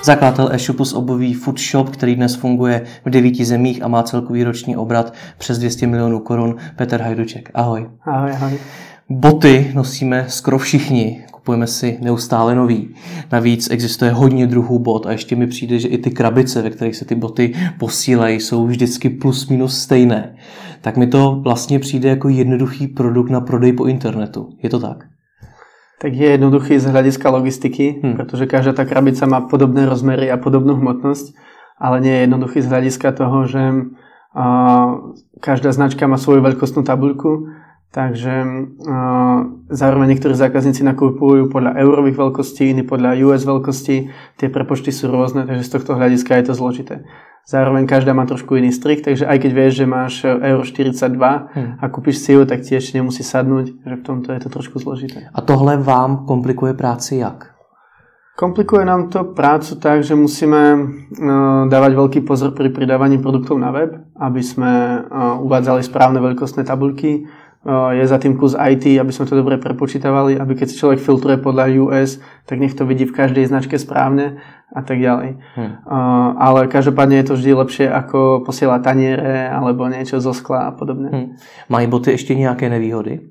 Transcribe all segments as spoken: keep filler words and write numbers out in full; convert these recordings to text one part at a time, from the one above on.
Zakladatel e-shopu z obuví Foodshop, který dnes funguje v devíti zemích a má celkový roční obrat přes dvě stě milionů korun. Petr Hajduček, ahoj. Ahoj, ahoj. Boty nosíme skoro všichni, kupujeme si neustále nový. Navíc existuje hodně druhů bot a ještě mi přijde, že i ty krabice, ve kterých se ty boty posílají, jsou vždycky plus minus stejné. Tak mi to vlastně přijde jako jednoduchý produkt na prodej po internetu. Je to tak? Tak je jednoduchý z hľadiska logistiky, hmm. pretože každá tá krabica má podobné rozmery a podobnú hmotnosť, ale nie je jednoduchý z hľadiska toho, že uh, každá značka má svoju veľkostnú tabuľku, takže uh, zároveň niektorí zákazníci nakupujú podľa eurových veľkostí, iní podľa ú es veľkostí, tie prepočty sú rôzne, takže z tohto hľadiska je to zložité. Zároveň každá má trošku iný strik, takže aj keď vieš, že máš euro štyridsaťdva hmm. a kúpiš si ju, tak tiež nemusí sadnúť, že v tomto je to trošku zložité. A tohle vám komplikuje práci jak? Komplikuje nám to prácu tak, že musíme uh, dávať veľký pozor pri pridávaní produktov na web, aby sme uh, uvádzali správne veľkostné tabuľky. Je za tým kus í té, aby sme to dobre prepočítavali, aby keď si človek filtruje podľa ú es, tak nech to vidí v každej značke správne a tak ďalej. Hmm. Uh, ale každopádne je to vždy lepšie ako posielať taniere alebo niečo zo skla a podobne. Hmm. Mají boty ešte nejaké nevýhody?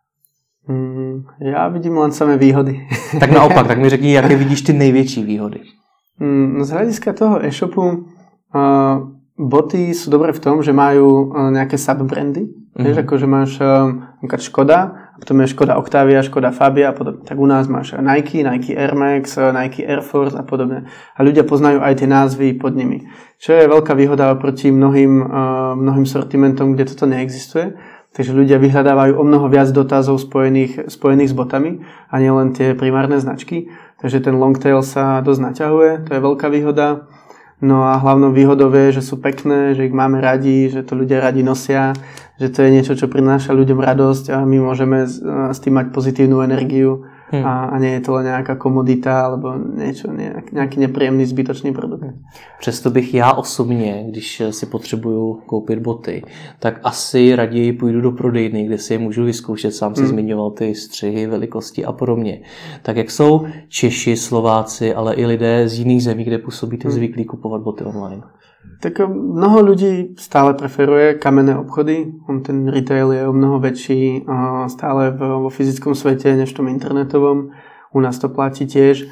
Hmm, ja vidím len samé výhody. Tak naopak, tak mi řekni, jaké vidíš ty největší výhody? Hmm, z hľadiska toho e-shopu uh, boty sú dobré v tom, že majú uh, nejaké subbrandy. Mm-hmm. Vieš, akože máš um, Škoda, a potom je Škoda Octavia, Škoda Fabia a podobne. Tak u nás máš Nike, Nike Air Max, Nike Air Force a podobne. A ľudia poznajú aj tie názvy pod nimi. Čo je veľká výhoda oproti mnohým, uh, mnohým sortimentom, kde toto neexistuje. Takže ľudia vyhľadávajú o mnoho viac dotazov spojených, spojených s botami a nielen tie primárne značky. Takže ten long tail sa dosť naťahuje, to je veľká výhoda. No a hlavnou výhodou je, že sú pekné, že ich máme radi, že to ľudia radi nosia, že to je niečo, čo prináša ľuďom radosť a my môžeme s tým mať pozitívnu energiu hmm. a, a nie je to len nejaká komodita alebo niečo, nejak, nejaký nepríjemný zbytočný produkt. Přesto bych já osobně, když si potřebuju koupit boty, tak asi raději půjdu do prodejny, kde si je můžu vyzkoušet, sám si hmm. zmiňoval ty střihy, velikosti a podobně. Tak jak jsou Češi, Slováci, ale i lidé z jiných zemí, kde působíte, hmm. zvyklí kupovat boty online? Tak mnoho ľudí stále preferuje kamenné obchody. On ten retail je o mnoho väčší stále vo fyzickom svete než v tom internetovom. U nás to platí tiež.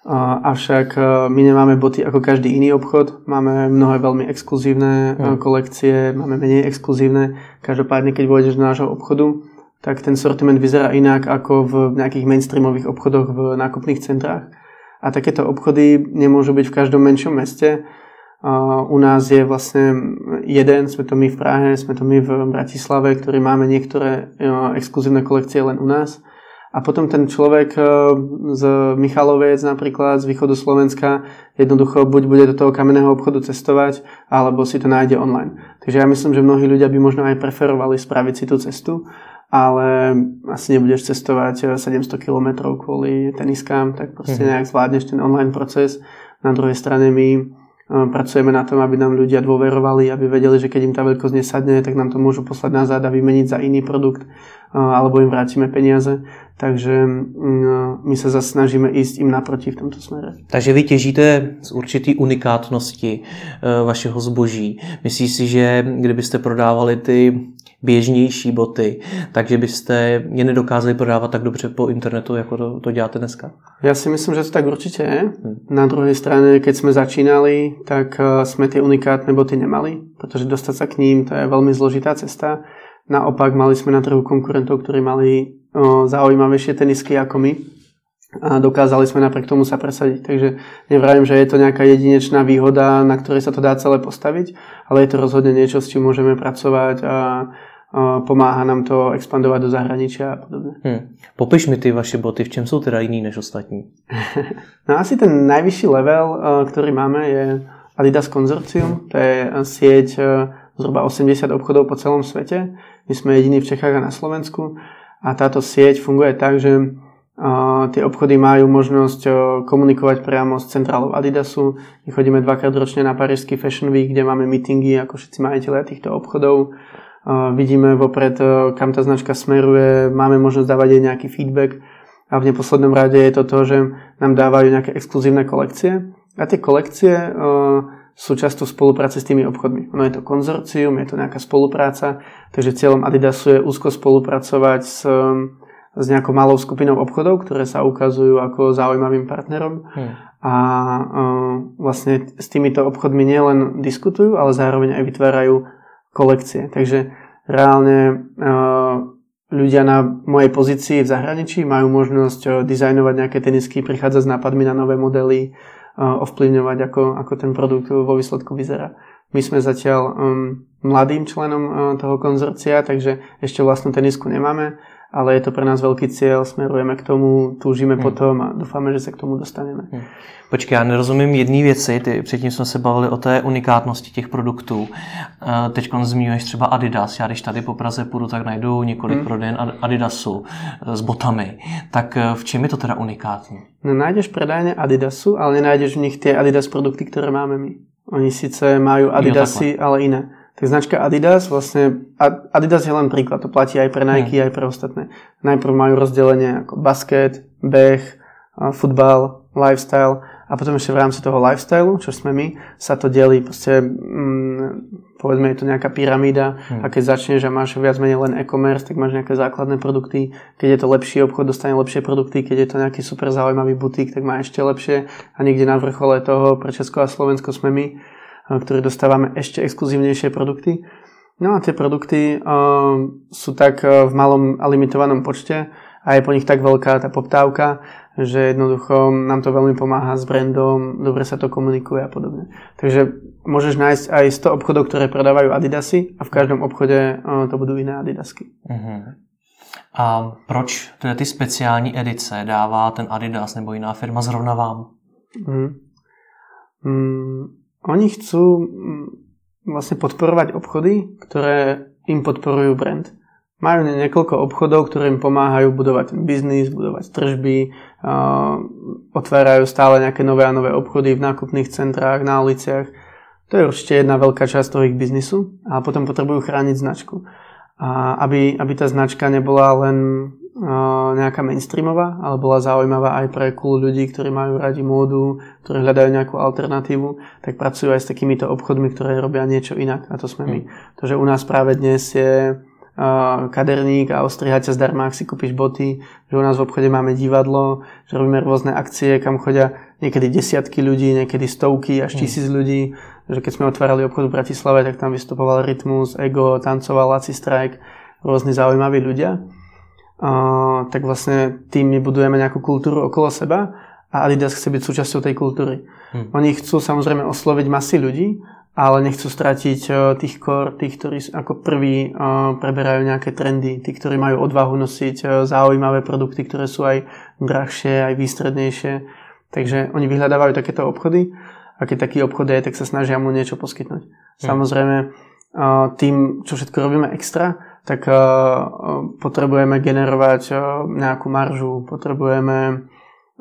Avšak my nemáme boty ako každý iný obchod. Máme mnohé veľmi exkluzívne hmm. kolekcie, máme menej exkluzívne. Každopádne, keď vôjdeš do nášho obchodu, tak ten sortiment vyzerá inak ako v nejakých mainstreamových obchodoch v nákupných centrách. A takéto obchody nemôžu byť v každom menšom meste. Uh, u nás je vlastne jeden, sme to my v Prahe, sme to my v Bratislave, ktorí máme niektoré uh, exkluzívne kolekcie len u nás. A potom ten človek uh, z Michalovec napríklad, z východu Slovenska, jednoducho buď bude do toho kamenného obchodu cestovať, alebo si to nájde online. Takže ja myslím, že mnohí ľudia by možno aj preferovali spraviť si tú cestu, ale asi nebudeš cestovať sedemsto kilometrov kvôli teniskám, tak proste mm-hmm. nejak zvládneš ten online proces. Na druhej strane my pracujeme na tom, aby nám ľudia dôverovali, aby vedeli, že keď im tá veľkosť nesadne, tak nám to môžu poslať nazad a vymeniť za iný produkt, alebo im vrátime peniaze. Takže my sa zase snažíme ísť im naproti v tomto smere. Takže vy těžíte z určitý unikátnosti vašeho zboží. Myslíš si, že kdybyste prodávali ty běžnější boty, takže byste je nedokázali prodávat tak dobře po internetu, jako to, to děláte dneska? Ja si myslím, že to tak určite je. Na druhej strane, keď sme začínali, tak sme tie unikátne boty nemali, pretože dostať sa k ním, to je veľmi zložitá cesta. Naopak mali sme na trhu konkurentov, ktorí mali o, zaujímavejšie tenisky ako my a dokázali sme napriek tomu sa presadiť. Takže nevravím, že je to nejaká jedinečná výhoda, na ktorej sa to dá celé postaviť, ale je to rozhodne niečo, s čím môžeme pracovať a pomáha nám to expandovať do zahraničia a podobne. Hmm. Popiš mi ty vaše boty, v čem sú teda iní než ostatní? No asi ten najvyšší level, ktorý máme, je Adidas Konzorcium. To je sieť zhruba osemdesiat obchodov po celom svete. My sme jediní v Čechách a na Slovensku. A táto sieť funguje tak, že tie obchody majú možnosť komunikovať priamo s centrálou Adidasu. My chodíme dvakrát ročne na Parížský Fashion Week, kde máme meetingy ako všetci majitelia týchto obchodov. Vidíme vopred, kam tá značka smeruje, máme možnosť dávať jej nejaký feedback a v neposlednom rade je to to, že nám dávajú nejaké exkluzívne kolekcie A tie kolekcie uh, sú často v spolupráci s tými obchodmi. Ono je to konzorcium, je to nejaká spolupráca, takže cieľom Adidasu je úzko spolupracovať s, s nejakou malou skupinou obchodov, ktoré sa ukazujú ako zaujímavým partnerom. Hmm. A uh, vlastne s týmito obchodmi nielen diskutujú, ale zároveň aj vytvárajú kolekcie. Takže reálne uh, ľudia na mojej pozícii v zahraničí majú možnosť uh, dizajnovať nejaké tenisky, prichádzať s nápadmi na nové modely, ovplyvňovať, ako, ako ten produkt vo výsledku vyzerá. My sme zatiaľ um, mladým členom uh, toho konzorcia, takže ešte vlastnú tenisku nemáme, ale je to pre nás veľký cieľ, smerujeme k tomu, túžime hmm. potom a dúfame, že sa k tomu dostaneme. Hmm. Počkej, já nerozumím jedné věci, ty, předtím jsme se bavili o té unikátnosti těch produktů. Teď zmiňuješ třeba Adidas, já když tady po Praze půjdu, tak najdu několik hmm. prodejen Adidasu s botami. Tak v čem je to teda unikátní? No nájdeš predajne Adidasu, ale nenájdeš v nich tie Adidas produkty, ktoré máme my. Oni síce majú Adidasy, jo, ale iné. Tak značka Adidas, vlastne Adidas je len príklad, to platí aj pre Nike, hmm. aj pre ostatné. Najprv majú rozdelenie ako basket, beh, futbal, lifestyle a potom ešte v rámci toho lifestylu, čo sme my, sa to delí. Proste, mm, povedzme, je to nejaká pyramída hmm. a keď začneš a máš viac menej len e-commerce, tak máš nejaké základné produkty. Keď je to lepší obchod, dostane lepšie produkty. Keď je to nejaký super zaujímavý butík, tak má ešte lepšie. A niekde na vrchole toho pre Česko a Slovensko sme my, ktorí dostávame ešte exkluzívnejšie produkty. No a tie produkty uh, sú tak v malom a limitovanom počte a je po nich tak veľká tá poptávka, že jednoducho nám to veľmi pomáha s brandom, dobre sa to komunikuje a podobne. Takže môžeš nájsť aj sto obchodov, ktoré predávajú Adidasy a v každom obchode uh, to budú iné Adidasky. Uh-huh. A proč teda ty speciální edice dává ten Adidas nebo jiná firma zrovna vám? Uh-huh. Um, oni chcú vlastne podporovať obchody, ktoré im podporujú brand. Majú niekoľko obchodov, ktoré im pomáhajú budovať ten biznis, budovať tržby, uh, otvárajú stále nejaké nové a nové obchody v nákupných centrách, na uliciach. To je určite jedna veľká časť toho ich biznisu a potom potrebujú chrániť značku. A aby, aby tá značka nebola len uh, nejaká mainstreamová, ale bola zaujímavá aj pre cool ľudí, ktorí majú radi módu, ktorí hľadajú nejakú alternatívu, tak pracujú aj s takýmito obchodmi, ktoré robia niečo inak. A to sme my. To, že u nás práve dnes je uh, kaderník a ostrihateľ zdarma, ak si kúpiš boty, že u nás v obchode máme divadlo, že robíme rôzne akcie, kam chodia niekedy desiatky ľudí, niekedy stovky až tisíc ľudí. Že keď sme otvárali obchod v Bratislave, tak tam vystupoval Rytmus, Ego, tancoval Laci Strike, rôzni zaujímaví ľudia. Uh, tak vlastne tým my budujeme nejakú kultúru okolo seba a Adidas chce byť súčasťou tej kultúry. Hmm. Oni chcú samozrejme osloviť masy ľudí, ale nechcú stratiť uh, tých core, tých, ktorí ako prví uh, preberajú nejaké trendy, tí, ktorí majú odvahu nosiť uh, zaujímavé produkty, ktoré sú aj drahšie, aj výstrednejšie. Takže oni vyhľadávajú takéto obchody. A keď taký obchod je, tak sa snažia mu niečo poskytnúť. Hmm. Samozrejme, tým, čo všetko robíme extra, tak potrebujeme generovať nejakú maržu, potrebujeme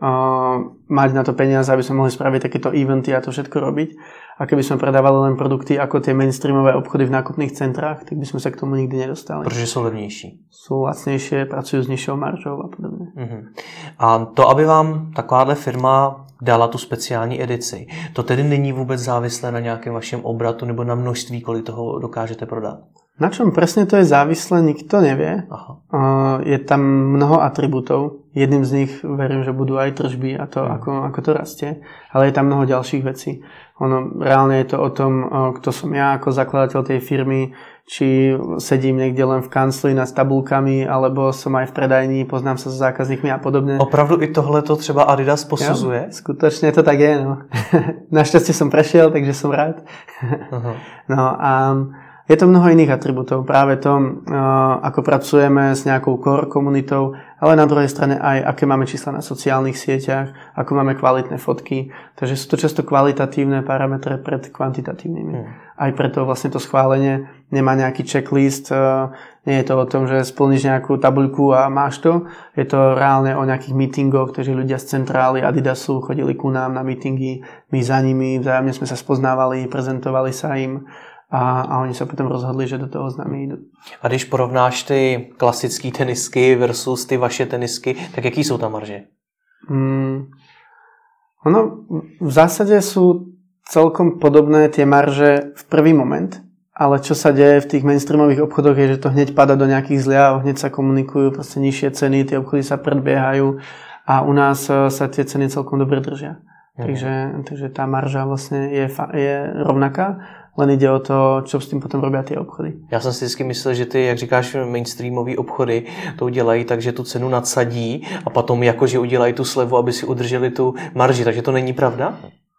mať na to peniaze, aby sme mohli spraviť takéto eventy a to všetko robiť. A keby sme predávali len produkty ako tie mainstreamové obchody v nákupných centrách, tak by sme sa k tomu nikdy nedostali. Protože sú levnější. Sú lacnejšie, pracujú s nižšou maržou a podobne. Uh-huh. A to, aby vám takováhle firma dala tu speciální edici, to tedy není vůbec závislé na nějakém vašem obratu nebo na množství, kolik toho dokážete prodat? Na čom presne to je závislé, nikto nevie. Aha. Je tam mnoho atribútov. Jedným z nich verím, že budú aj tržby a to, mm. ako, ako to rastie. Ale je tam mnoho ďalších vecí. Ono, reálne je to o tom, kto som ja ako zakladateľ tej firmy, či sedím niekde len v kancli nad tabulkami, alebo som aj v predajni, poznám sa s zákazníkmi a podobne. Opravdu i tohle to třeba Adidas posuzuje? Jo, skutočne to tak je. No. Našťastie som prešiel, takže som rád. Aha. No a je to mnoho iných atribútov. Práve to, ako pracujeme s nejakou core komunitou, ale na druhej strane aj, aké máme čísla na sociálnych sieťach, ako máme kvalitné fotky. Takže sú to často kvalitatívne parametre pred kvantitatívnymi. Hmm. Aj preto vlastne to schválenie nemá nejaký checklist. Nie je to o tom, že splníš nejakú tabuľku a máš to. Je to reálne o nejakých meetingoch, kteří ľudia z centrály Adidasu chodili ku nám na meetingy, my za nimi, vzájomne sme sa spoznávali, prezentovali sa im. A, a oni se potom rozhodli, že do toho s námi jdou. A když porovnáš ty klasické tenisky versus ty vaše tenisky, tak jaký jsou tam marže? Hmm. Ono v zásade sú celkom podobné tie marže v prvý moment, ale čo sa deje v tých mainstreamových obchodoch je, že to hneď pada do nejakých zľav, hneď sa komunikujú proste nižšie ceny, tie obchody sa predbiehajú a u nás sa tie ceny celkom dobre držia. Mhm. Takže, takže tá marža vlastne je, je rovnaká, len ide o to, čo s tím potom robí ty obchody. Já jsem si vždycky myslel, že ty, jak říkáš, mainstreamové obchody to udělají, takže tu cenu nadsadí a potom jakože udělají tu slevu, aby si udrželi tu marži, takže to není pravda?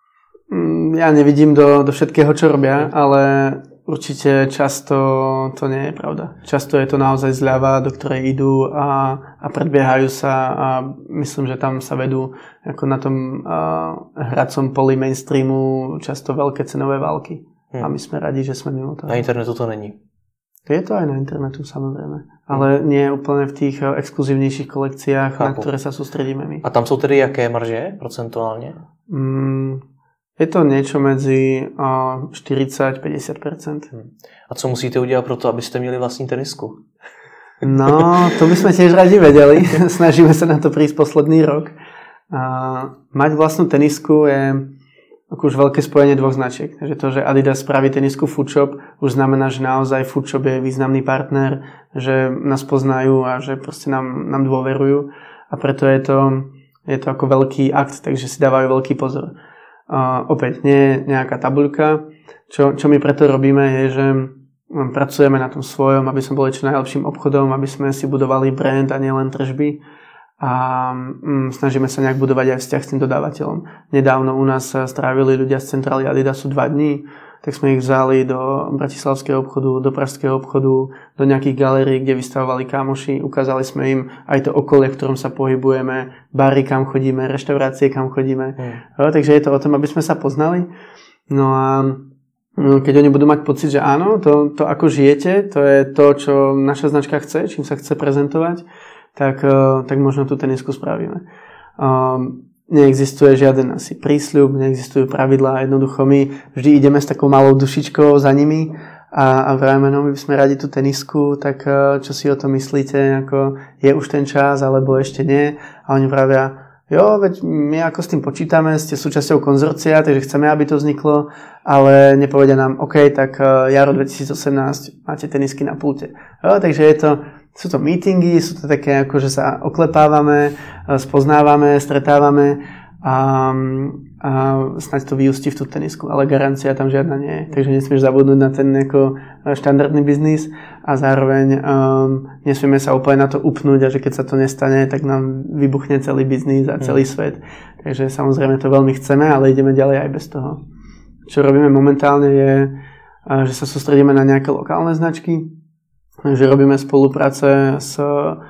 Ja nevidím do, do všetkého, čo robia, ale určite často to nie je pravda. Často je to naozaj zľava, do ktorej idú a, a predbiehajú sa a myslím, že tam sa vedú ako na tom uh, hracom poli mainstreamu často veľké cenové války. Hmm. A my sme radi, že sme mimo toho. Na internetu to není. Je to aj na internetu, samozrejme. Ale hmm. nie úplne v tých exkluzívnejších kolekciách, Chápu. Na ktoré sa sústredíme my. A tam sú tedy jaké marže procentuálne? Mm, je to niečo medzi uh, štyridsať až päťdesiat percent. Hmm. A co musíte udělat pro to, abyste měli vlastní tenisku? No, to by sme tiež radi vedeli. Snažíme sa na to prísť posledný rok. Uh, mať vlastnú tenisku je ako už veľké spojenie dvoch značiek. Takže to, že Adidas spraví tenisku Footshop, už znamená, že naozaj Footshop je významný partner, že nás poznajú a že proste nám, nám dôverujú. A preto je to, je to ako veľký akt, takže si dávajú veľký pozor. Uh, opäť, nie je nejaká tabuľka. Čo, čo my preto robíme, je, že pracujeme na tom svojom, aby sme boli čo najlepším obchodom, aby sme si budovali brand a nielen tržby. A mm, snažíme sa nejak budovať aj vzťah s tým dodávateľom. Nedávno u nás strávili ľudia z centrály Adidasu dva dní, tak sme ich vzali do bratislavského obchodu, do pražského obchodu, do nejakých galérií, kde vystavovali kámoši. Ukázali sme im aj to okolie, v ktorom sa pohybujeme, bary, kam chodíme, reštaurácie, kam chodíme. Hmm. No, takže je to o tom, aby sme sa poznali. No a no, keď oni budú mať pocit, že áno, to, to ako žijete, to je to, čo naša značka chce, čím sa chce prezentovať, tak, tak možno tú tenisku spravíme. Um, neexistuje žiaden asi prísľub, neexistujú pravidlá, jednoducho my vždy ideme s takou malou dušičkou za nimi a, a vrajme, no my by sme radi tú tenisku, tak čo si o to myslíte, ako je už ten čas, alebo ešte nie? A oni vravia, jo, veď my ako s tým počítame, ste súčasťou konzorcia, takže chceme, aby to vzniklo, ale nepovedia nám, OK, tak jaro dvetisícosemnásť máte tenisky na pulte. Jo, takže je to Sú to meetingy, sú to také, ako že sa oklepávame, spoznávame, stretávame a, a snáď to vyústi v tú tenisku, ale garancia tam žiadna nie je. Takže nesmieš zabudnúť na ten ako štandardný biznis a zároveň um, nesmieme sa úplne na to upnúť a že keď sa to nestane, tak nám vybuchne celý biznis a celý mm. svet. Takže samozrejme to veľmi chceme, ale ideme ďalej aj bez toho. Čo robíme momentálne je, že sa sústredíme na nejaké lokálne značky, že robíme spolupráce s,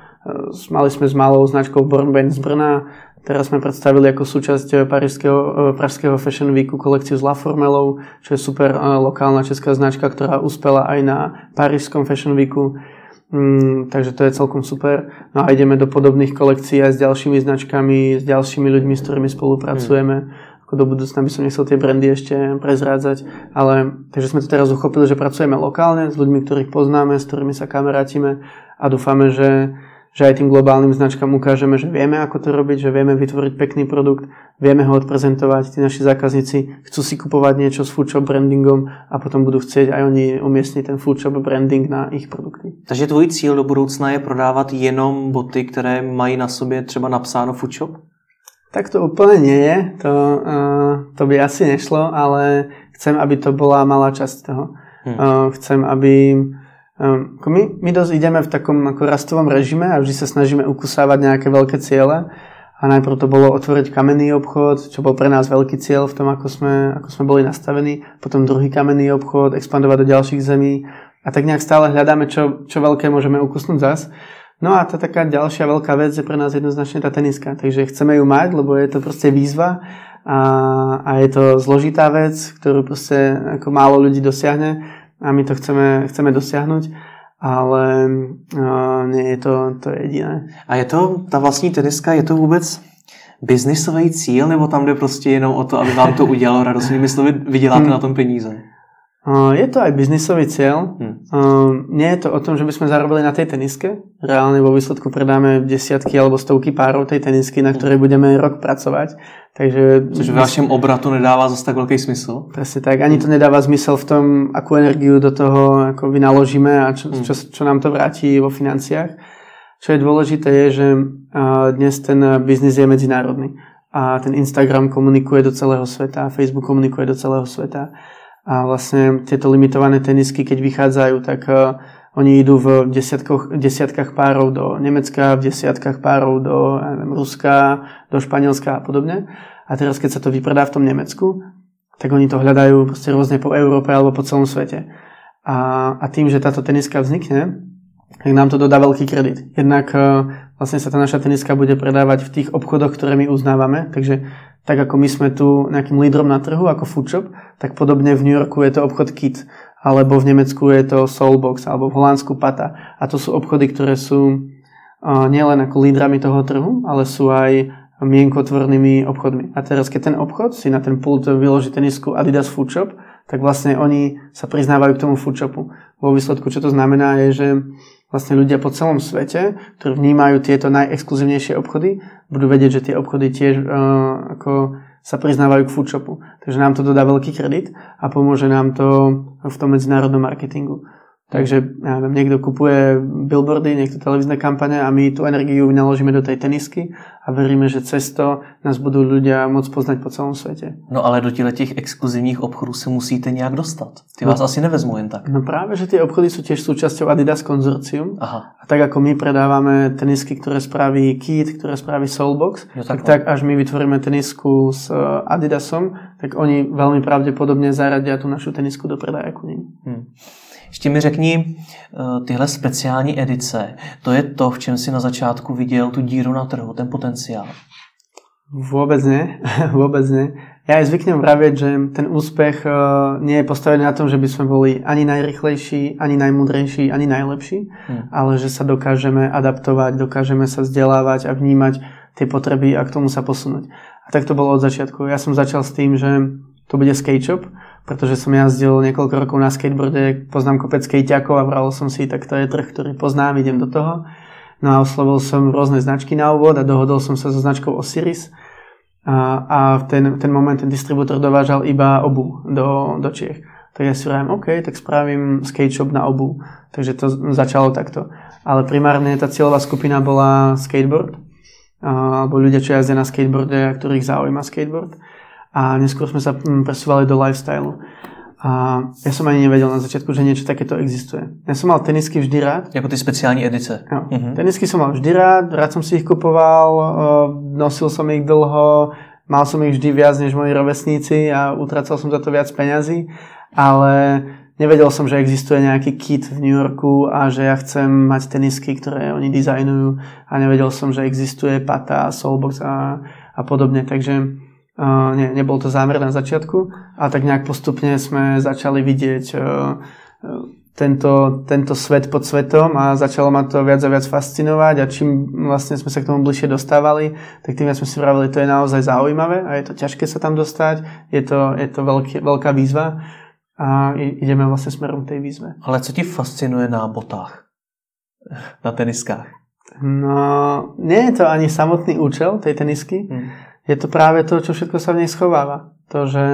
s mali sme s malou značkou Born Band z Brna. Teraz sme predstavili ako súčasť parížského, pražského Fashion Weeku kolekciu s La Formelou, čo je super lokálna česká značka, ktorá uspela aj na parížskom Fashion Weeku. Mm, takže to je celkom super. No a ideme do podobných kolekcií aj s ďalšími značkami, s ďalšími ľuďmi, s ktorými spolupracujeme. Hmm. Do budúcna by som nechcel tie brandy ešte prezrádzať, ale takže sme to teraz uchopili, že pracujeme lokálne s ľuďmi, ktorých poznáme, s ktorými sa kamarátime a dúfame, že, že aj tým globálnym značkám ukážeme, že vieme, ako to robiť, že vieme vytvoriť pekný produkt, vieme ho odprezentovať, tí naši zákazníci chcú si kupovať niečo s Foodshop brandingom a potom budú chcieť aj oni umiestniť ten Foodshop branding na ich produkty. Takže tvůj cíl do budoucna je prodávat jenom boty, které mají na sobě třeba napsáno Foodshop? Tak to úplne nie je, to, uh, to by asi nešlo, ale chcem, aby to bola malá časť toho. Hmm. Uh, chcem, aby... Um, my, my dosť ideme v takom ako rastovom režime a vždy sa snažíme ukusávať nejaké veľké ciele. A najprv to bolo otvoriť kamenný obchod, čo bol pre nás veľký cieľ v tom, ako sme, ako sme boli nastavení. Potom druhý kamenný obchod, expandovať do ďalších zemí. A tak nejak stále hľadáme, čo, čo veľké môžeme ukusnúť zas. No a tá taká ďalšia veľká vec je pre nás jednoznačne tá teniska. Takže chceme ju mať, lebo je to proste výzva a, a je to zložitá vec, ktorú proste ako málo ľudí dosiahne a my to chceme, chceme dosiahnuť, ale uh, nie je to, to jediné. A je to, ta vlastní teniska, je to vůbec biznisový cíl, nebo tam jde prostě jenom o to, aby vám to udělalo radost? Myslí, vy vyděláte hmm. na tom peníze? Je to aj biznisový cieľ. Hmm. Nie je to o tom, že by sme zarobili na tej teniske. Reálne vo výsledku predáme desiatky alebo stovky párov tej tenisky, na ktorej budeme rok pracovať. Takže což v vašem obratu nedává zase tak veľký smysl. Presne tak. Ani to nedáva zmysel v tom, akú energiu do toho ako vynaložíme a čo, hmm. čo, čo nám to vráti vo financiách. Čo je dôležité je, že dnes ten biznis je medzinárodný. A ten Instagram komunikuje do celého sveta, Facebook komunikuje do celého sveta. A vlastne tieto limitované tenisky, keď vychádzajú, tak uh, oni idú v desiatkoch, desiatkách párov do Nemecka, v desiatkách párov do neviem, Ruska, do Španielska a podobne. A teraz, keď sa to vypredá v tom Nemecku, tak oni to hľadajú proste rôzne po Európe alebo po celom svete. A, a tým, že táto teniska vznikne, tak nám to dodá veľký kredit. Jednak uh, vlastne sa tá naša teniska bude predávať v tých obchodoch, ktoré my uznávame, takže tak ako my sme tu nejakým lídrom na trhu, ako Foodshop, tak podobne v New Yorku je to obchod Kit, alebo v Nemecku je to Soulbox, alebo v Holandsku Pata. A to sú obchody, ktoré sú uh, nielen ako lídrami toho trhu, ale sú aj mienkotvornými obchodmi. A teraz, keď ten obchod si na ten pult vyloží tenisku Adidas Foodshop, tak vlastne oni sa priznávajú k tomu Foodshopu. Vo výsledku, čo to znamená, je, že vlastne ľudia po celom svete, ktorí vnímajú tieto najexkluzívnejšie obchody, budú vedieť, že tie obchody tiež uh, ako sa priznávajú k Foodshopu. Takže nám to dodá veľký kredit a pomôže nám to v tom medzinárodnom marketingu. Takže ja neviem, niekto kupuje billboardy, niekto televízne kampane a my tú energiu vynaložíme do tej tenisky a veríme, že cez to nás budú ľudia môcť poznať po celom svete. No ale do těch exkluzivních obchodů se musíte nějak dostat. Ty vás no, asi nevezmú jen tak. No práve, že tie obchody sú tiež súčasťou Adidas konzorcium. Aha. A tak ako my predávame tenisky, ktoré spraví Kit, ktoré spraví Soulbox, jo, tak, tak, tak až my vytvoríme tenisku s Adidasom, tak oni veľmi pravdepodobne zaradia tú našu tenisku do predaja ku nim. Hmm. Ještě mi řekni, tyhle speciální edice, to je to, v čem si na začátku viděl tu díru na trhu, ten potenciál? Vôbec nie, vôbec nie. Ja aj zvyknem vravieť, že ten úspech nie je postavený na tom, že by sme boli ani najrýchlejší, ani najmúdrejší, ani najlepší, hmm. ale že sa dokážeme adaptovať, dokážeme sa vzdelávať a vnímať tie potreby a k tomu sa posunúť. A tak to bolo od začiatku. Ja som začal s tým, že to bude skate shop, pretože som jazdil niekoľko rokov na skateboarde, poznám kopec skateťakov a vral som si, tak to je trh, ktorý poznám, idem do toho. No a oslovil som rôzne značky na úvod a dohodol som sa so značkou Osiris a, a v ten, ten moment ten distribútor dovážal iba obuv do, do Čiech. Tak ja si vravím, OK, tak spravím skate shop na obuv. Takže to začalo takto. Ale primárne tá cieľová skupina bola skateboard, alebo ľudia, čo jazdia na skateboarde a ktorých zaujíma skateboard. A neskôr sme sa presúvali do lifestylu. A ja som ani nevedel na začiatku, že niečo takéto existuje. Ja som mal tenisky vždy rád. Jako ty speciální edice. Jo. Uh-huh. Tenisky som mal vždy rád, rád som si ich kupoval, nosil som ich dlho, mal som ich vždy viac než moji rovesníci a utracal som za to viac peňazí, ale nevedel som, že existuje nejaký kit v New Yorku a že ja chcem mať tenisky, ktoré oni dizajnujú a nevedel som, že existuje Pata, Soulbox a, a podobne, takže Uh, nie, nebol to zámer na začiatku, ale tak nejak postupne sme začali vidieť uh, tento, tento svet pod svetom a začalo ma to viac a viac fascinovať a čím vlastne sme sa k tomu bližšie dostávali, tak tým ja sme si vravili, to je naozaj zaujímavé a je to ťažké sa tam dostať, je to, je to veľký, veľká výzva a ideme vlastne smerom tej výzve. Ale co ti fascinuje na botách? Na teniskách? No, nie je to ani samotný účel tej tenisky, hmm. Je to práve to, čo všetko sa v nej schováva. To, že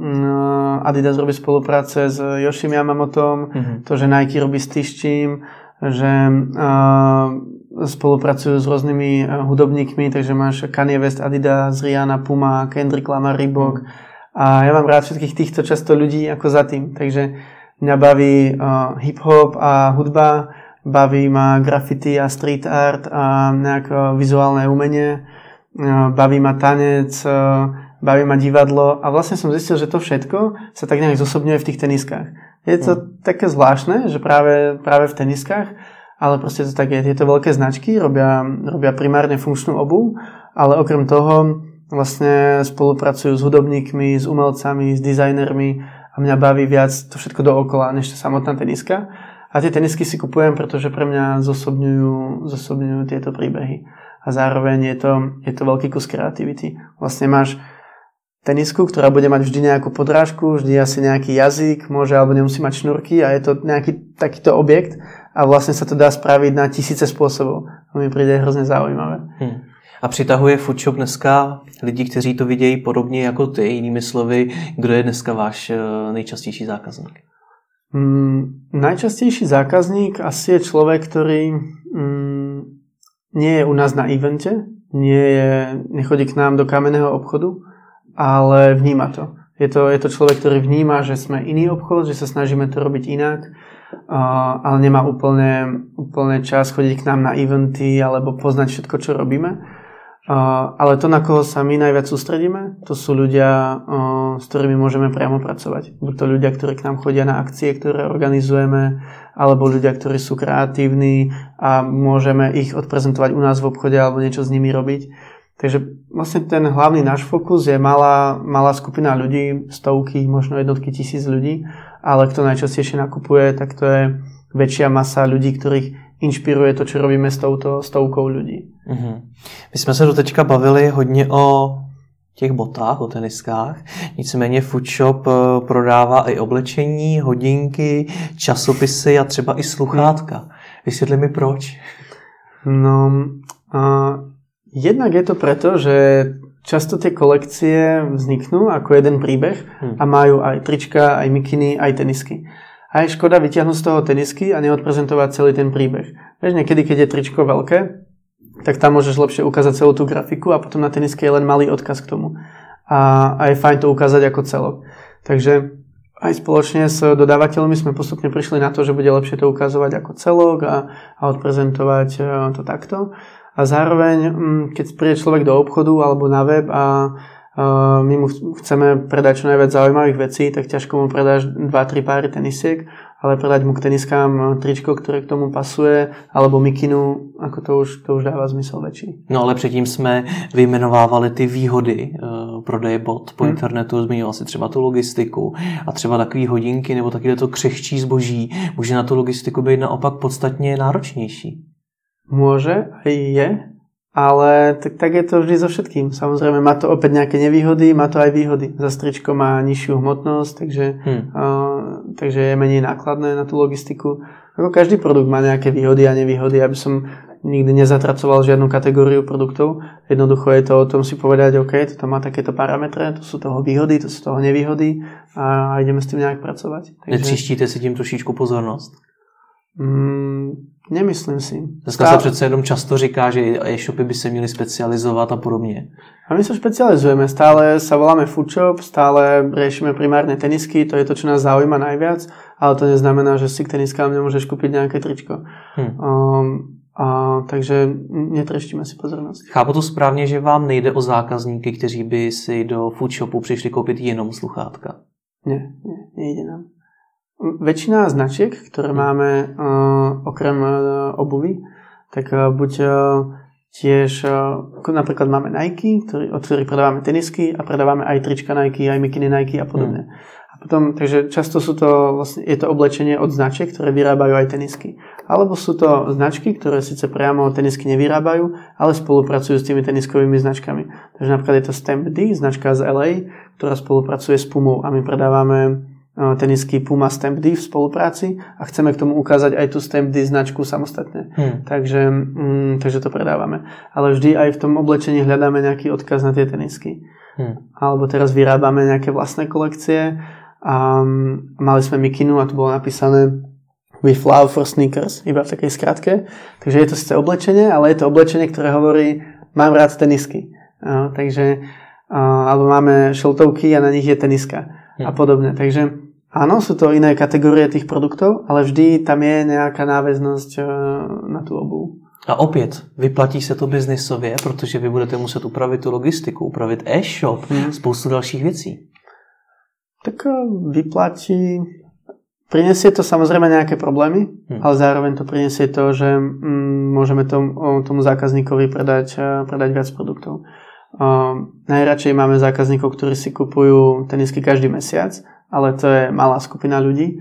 Adidas robí spolupráce s Yoshim Yamamotom, mm-hmm. to, že Nike robí s Tiščím, že uh, spolupracujú s rôznymi hudobníkmi, takže máš Kanye West, Adidas, Rihanna, Puma, Kendrick Lamar, Reebok. Mm-hmm. A ja mám rád všetkých týchto často ľudí ako za tým. Takže mňa baví uh, hip-hop a hudba, baví ma graffiti a street art a nejaké vizuálne umenie. Baví ma tanec, baví ma divadlo a vlastne som zistil, že to všetko sa tak nejak zosobňuje v tých teniskách. Je to mm. také zvláštne, že práve, práve v teniskách, ale proste to tak je. Tieto veľké značky robia, robia primárne funkčnú obuv, ale okrem toho vlastne spolupracujú s hudobníkmi, s umelcami, s dizajnermi a mňa baví viac to všetko dookola, než to samotná teniska. A tie tenisky si kupujem, pretože pre mňa zosobňujú, zosobňujú tieto príbehy. A zároveň je to, je to veľký kus kreativity. Vlastne máš tenisku, ktorá bude mať vždy nejakú podrážku, vždy asi nejaký jazyk, môže alebo nemusí mať šnúrky a je to nejaký takýto objekt a vlastne sa to dá spraviť na tisíce spôsobov. To mi príde hrozně zaujímavé. Hmm. A přitahuje Foodshop dneska lidi, kteří to vidějí podobně jako ty, jinými slovy, kdo je dneska váš nejčastější zákazník? Hmm, najčastejší zákazník asi je človek, ktorý hmm, nie je u nás na evente, nie je, nechodí k nám do kamenného obchodu, ale vníma to. Je to, je to človek, ktorý vníma, že sme iný obchod, že sa snažíme to robiť inak, ale nemá úplne, úplne čas chodiť k nám na eventy alebo poznať všetko, čo robíme. Ale to, na koho sa my najviac sústredíme, to sú ľudia, s ktorými môžeme priamo pracovať. Buď to ľudia, ktorí k nám chodia na akcie, ktoré organizujeme, alebo ľudia, ktorí sú kreatívni a môžeme ich odprezentovať u nás v obchode alebo niečo s nimi robiť. Takže vlastne ten hlavný náš fokus je malá, malá skupina ľudí, stovky, možno jednotky tisíc ľudí, ale kto najčastejšie nakupuje, tak to je väčšia masa ľudí, ktorých inšpiruje to, čo robíme s touto stovkou ľudí. Mm-hmm. My jsme se doteďka bavili hodně o těch botách, o teniskách. Nicméně Foodshop prodává i oblečení, hodinky, časopisy a třeba i sluchátka. Vysvětli mi proč. No, uh, jednak je to preto, že často tie kolekcie vzniknú ako jeden príbeh a majú aj trička, aj mikiny, aj tenisky. A je škoda vyťahnuť z toho tenisky a neodprezentovať celý ten príbeh. Vieš, niekedy, keď je tričko veľké, tak tam môžeš lepšie ukázať celú tú grafiku a potom na tenisky je len malý odkaz k tomu. A, a je fajn to ukázať ako celok. Takže aj spoločne s dodávateľmi sme postupne prišli na to, že bude lepšie to ukazovať ako celok a, a odprezentovať to takto. A zároveň, keď príde človek do obchodu alebo na web a my mu chceme predať čo najviac zaujímavých vecí, tak ťažko mu predáš dva tri páry tenisiek, ale predať mu k teniskám tričko, ktoré k tomu pasuje, alebo mikinu, ako to už, to už dáva zmysel väčší. No ale předtím jsme vyjmenovávali ty výhody uh, prodeje bot po hmm. internetu, zmiňoval si třeba tu logistiku a třeba takový hodinky nebo taky to křehčí zboží. Může na tu logistiku být naopak podstatně náročnější. Môže, aj je, ale tak, tak je to vždy so všetkým. Samozrejme má to opäť nejaké nevýhody, má to aj výhody. Za stričko má nižšiu hmotnosť, takže, hmm. uh, takže je menej nákladné na tú logistiku. Ako každý produkt má nejaké výhody a nevýhody, aby som nikdy nezatracoval žiadnu kategóriu produktov. Jednoducho je to o tom si povedať, OK, toto má takéto parametre, to sú toho výhody, to sú toho nevýhody a ideme s tým nejak pracovať. Takže... Netříštíte si tím trošičku pozornost? Mm, nemyslím si. Dneska Stále... se přece jenom často říká, že e-shopy by se měly specializovat a podobně. A my sa špecializujeme. Stále sa voláme Foodshop, stále riešime primárne tenisky, to je to, čo nás zaujíma najviac, ale to neznamená, že si k teniskám nemôžeš kúpiť nejaké tričko. Hmm. Um, a, takže netreštíme si pozornosť. Chápu to správně, že vám nejde o zákazníky, kteří by si do Foodshopu přišli koupit jenom sluchátka? Nie, nie, nejde nám. Väčšina značiek, ktoré máme uh, okrem uh, obuvy, tak uh, buď uh, tiež, uh, napríklad máme Nike, ktorý, od ktorých predávame tenisky a predávame aj trička Nike, aj mikiny Nike a podobne. Hmm. A potom, takže často sú to vlastne, je to oblečenie od značiek, ktoré vyrábajú aj tenisky. Alebo sú to značky, ktoré síce priamo tenisky nevyrábajú, ale spolupracujú s tými teniskovými značkami. Takže napríklad je to Stamp D, značka z el ej, ktorá spolupracuje s Pumou a my predávame tenisky Puma Stamp D v spolupráci a chceme k tomu ukázať aj tú Stamp D značku samostatne. Hmm. Takže, mm, takže to predávame. Ale vždy aj v tom oblečení hľadáme nejaký odkaz na tie tenisky. Hmm. Alebo teraz vyrábame nejaké vlastné kolekcie a mali sme mikinu a tu bolo napísané With love for sneakers, iba v takej skratke. Takže je to síce oblečenie, ale je to oblečenie, ktoré hovorí mám rád tenisky. A, takže, a, alebo máme šeltovky a na nich je teniska hmm. a podobne. Takže áno, sú to iné kategórie tých produktov, ale vždy tam je nejaká náväznosť na tú obuv. A opět, vyplatí se to biznisově, protože vy budete muset upravit tu logistiku, upravit e-shop, hmm. spoustu dalších věcí. Tak vyplatí... Prinesie to samozrejme nejaké problémy, hmm. ale zároveň to prinesie to, že mm, môžeme tom, tomu zákazníkovi predať, predať viac produktov. Uh, najradšej máme zákazníkov, ktorí si kupujú tenisky každý mesiac, ale to je malá skupina ľudí.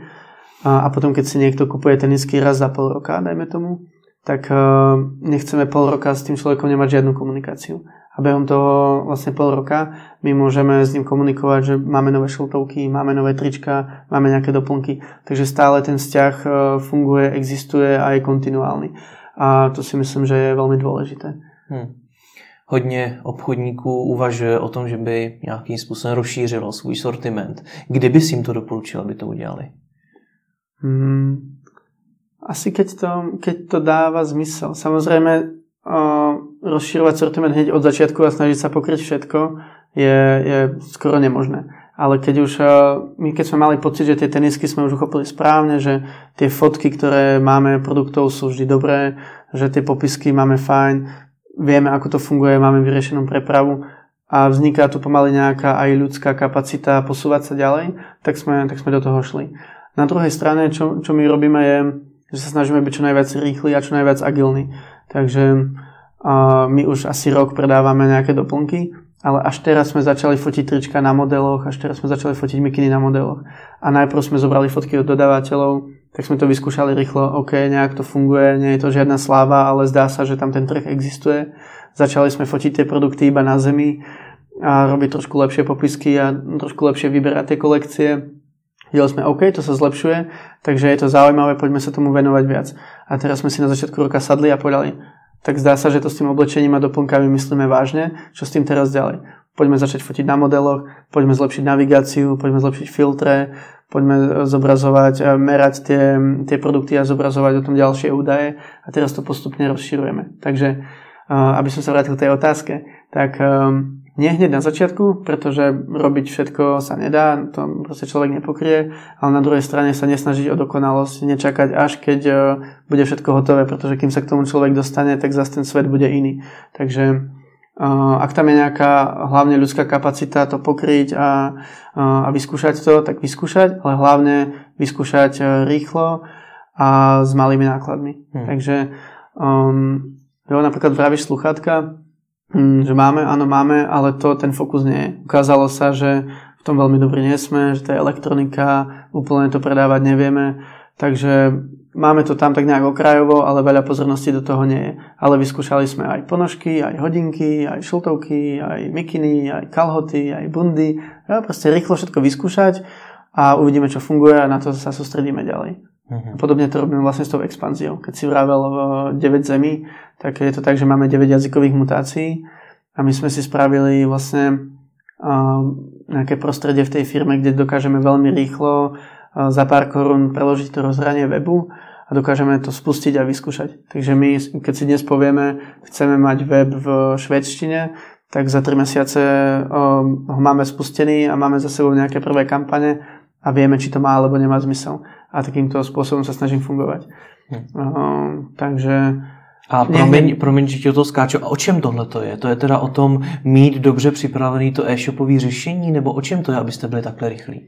A potom, keď si niekto kupuje tenisky raz za pol roka, dajme tomu, tak nechceme pol roka s tým človekom nemať žiadnu komunikáciu. A behom toho vlastne pol roka my môžeme s ním komunikovať, že máme nové šiltovky, máme nové trička, máme nejaké doplnky. Takže stále ten vzťah funguje, existuje a je kontinuálny. A to si myslím, že je veľmi dôležité. Hmm. Hodně obchodníků uvažuje o tom, že by nějakým způsobem rozšířilo svůj sortiment. Kdy bys jim to doporučil, aby to udělali? Hmm. Asi keď to, keď to dáva zmysel. Samozrejme, rozširovať sortiment hneď od začiatku a snažiť sa pokryť všetko je, je skoro nemožné. Ale keď už, my keď sme mali pocit, že tie tenisky sme už uchopili správne, že tie fotky, ktoré máme produktov sú vždy dobré, že tie popisky máme fajn, vieme ako to funguje, máme vyriešenú prepravu a vzniká tu pomaly nejaká aj ľudská kapacita posúvať sa ďalej, tak sme, tak sme do toho šli. Na druhej strane, čo, čo my robíme je, že sa snažíme byť čo najviac rýchli a čo najviac agilní. Takže uh, my už asi rok predávame nejaké doplnky, ale až teraz sme začali fotiť trička na modeloch, až teraz sme začali fotiť mikiny na modeloch. A najprv sme zobrali fotky od dodávateľov, tak sme to vyskúšali rýchlo, ok, nejak to funguje, nie je to žiadna sláva, ale zdá sa, že tam ten trh existuje. Začali sme fotiť tie produkty iba na zemi a robiť trošku lepšie popisky a trošku lepšie vyberať tie kolekcie. Videli sme, OK, to sa zlepšuje, takže je to zaujímavé, poďme sa tomu venovať viac. A teraz sme si na začiatku roka sadli a povedali, tak zdá sa, že to s tým oblečením a doplnkami myslíme vážne, čo s tým teraz ďalej. Poďme začať fotiť na modeloch, poďme zlepšiť navigáciu, poďme zlepšiť filtre, poďme zobrazovať, merať tie, tie produkty a zobrazovať o tom ďalšie údaje a teraz to postupne rozširujeme. Takže, aby som sa vrátil k tej otázke, tak nie hneď na začiatku, pretože robiť všetko sa nedá, to proste človek nepokrie, ale na druhej strane sa nesnažiť o dokonalosť, nečakať až keď bude všetko hotové, pretože kým sa k tomu človek dostane, tak zase ten svet bude iný. Takže ak tam je nejaká hlavne ľudská kapacita to pokryť a, a vyskúšať to, tak vyskúšať, ale hlavne vyskúšať rýchlo a s malými nákladmi. Hmm. Takže um, jo, napríklad vravíš sluchátka, že máme, áno máme, ale to ten fokus nie je. Ukázalo sa, že v tom veľmi dobrý nie sme, že to je elektronika, úplne to predávať nevieme, takže máme to tam tak nejak okrajovo, ale veľa pozornosti do toho nie je. Ale vyskúšali sme aj ponožky, aj hodinky, aj šiltovky, aj mikiny, aj kalhoty, aj bundy. Ja, proste rýchlo všetko vyskúšať a uvidíme, čo funguje a na to sa sústredíme ďalej. Uh-huh. Podobne to robíme vlastne s tou expanziou. Keď si vravel deväť zemí, tak je to tak, že máme deväť jazykových mutácií a my sme si spravili vlastne uh, nejaké prostredie v tej firme, kde dokážeme veľmi rýchlo uh, za pár korún preložiť to rozhranie webu a dokážeme to spustiť a vyskúšať. Takže my, keď si dnes povieme, chceme mať web v švédštine, tak za tri mesiace uh, ho máme spustený a máme za sebou nejaké prvé kampane a vieme, či to má alebo nemá zmysel. A takýmto spôsobom sa snažím fungovať. Hm. Uh, takže... A promiň, promiň, že ti o to skáču. A o čem tohle to je? To je teda o tom mít dobře připravený to e-shopové řešení, nebo o čem to je, abyste byli takhle rychlí?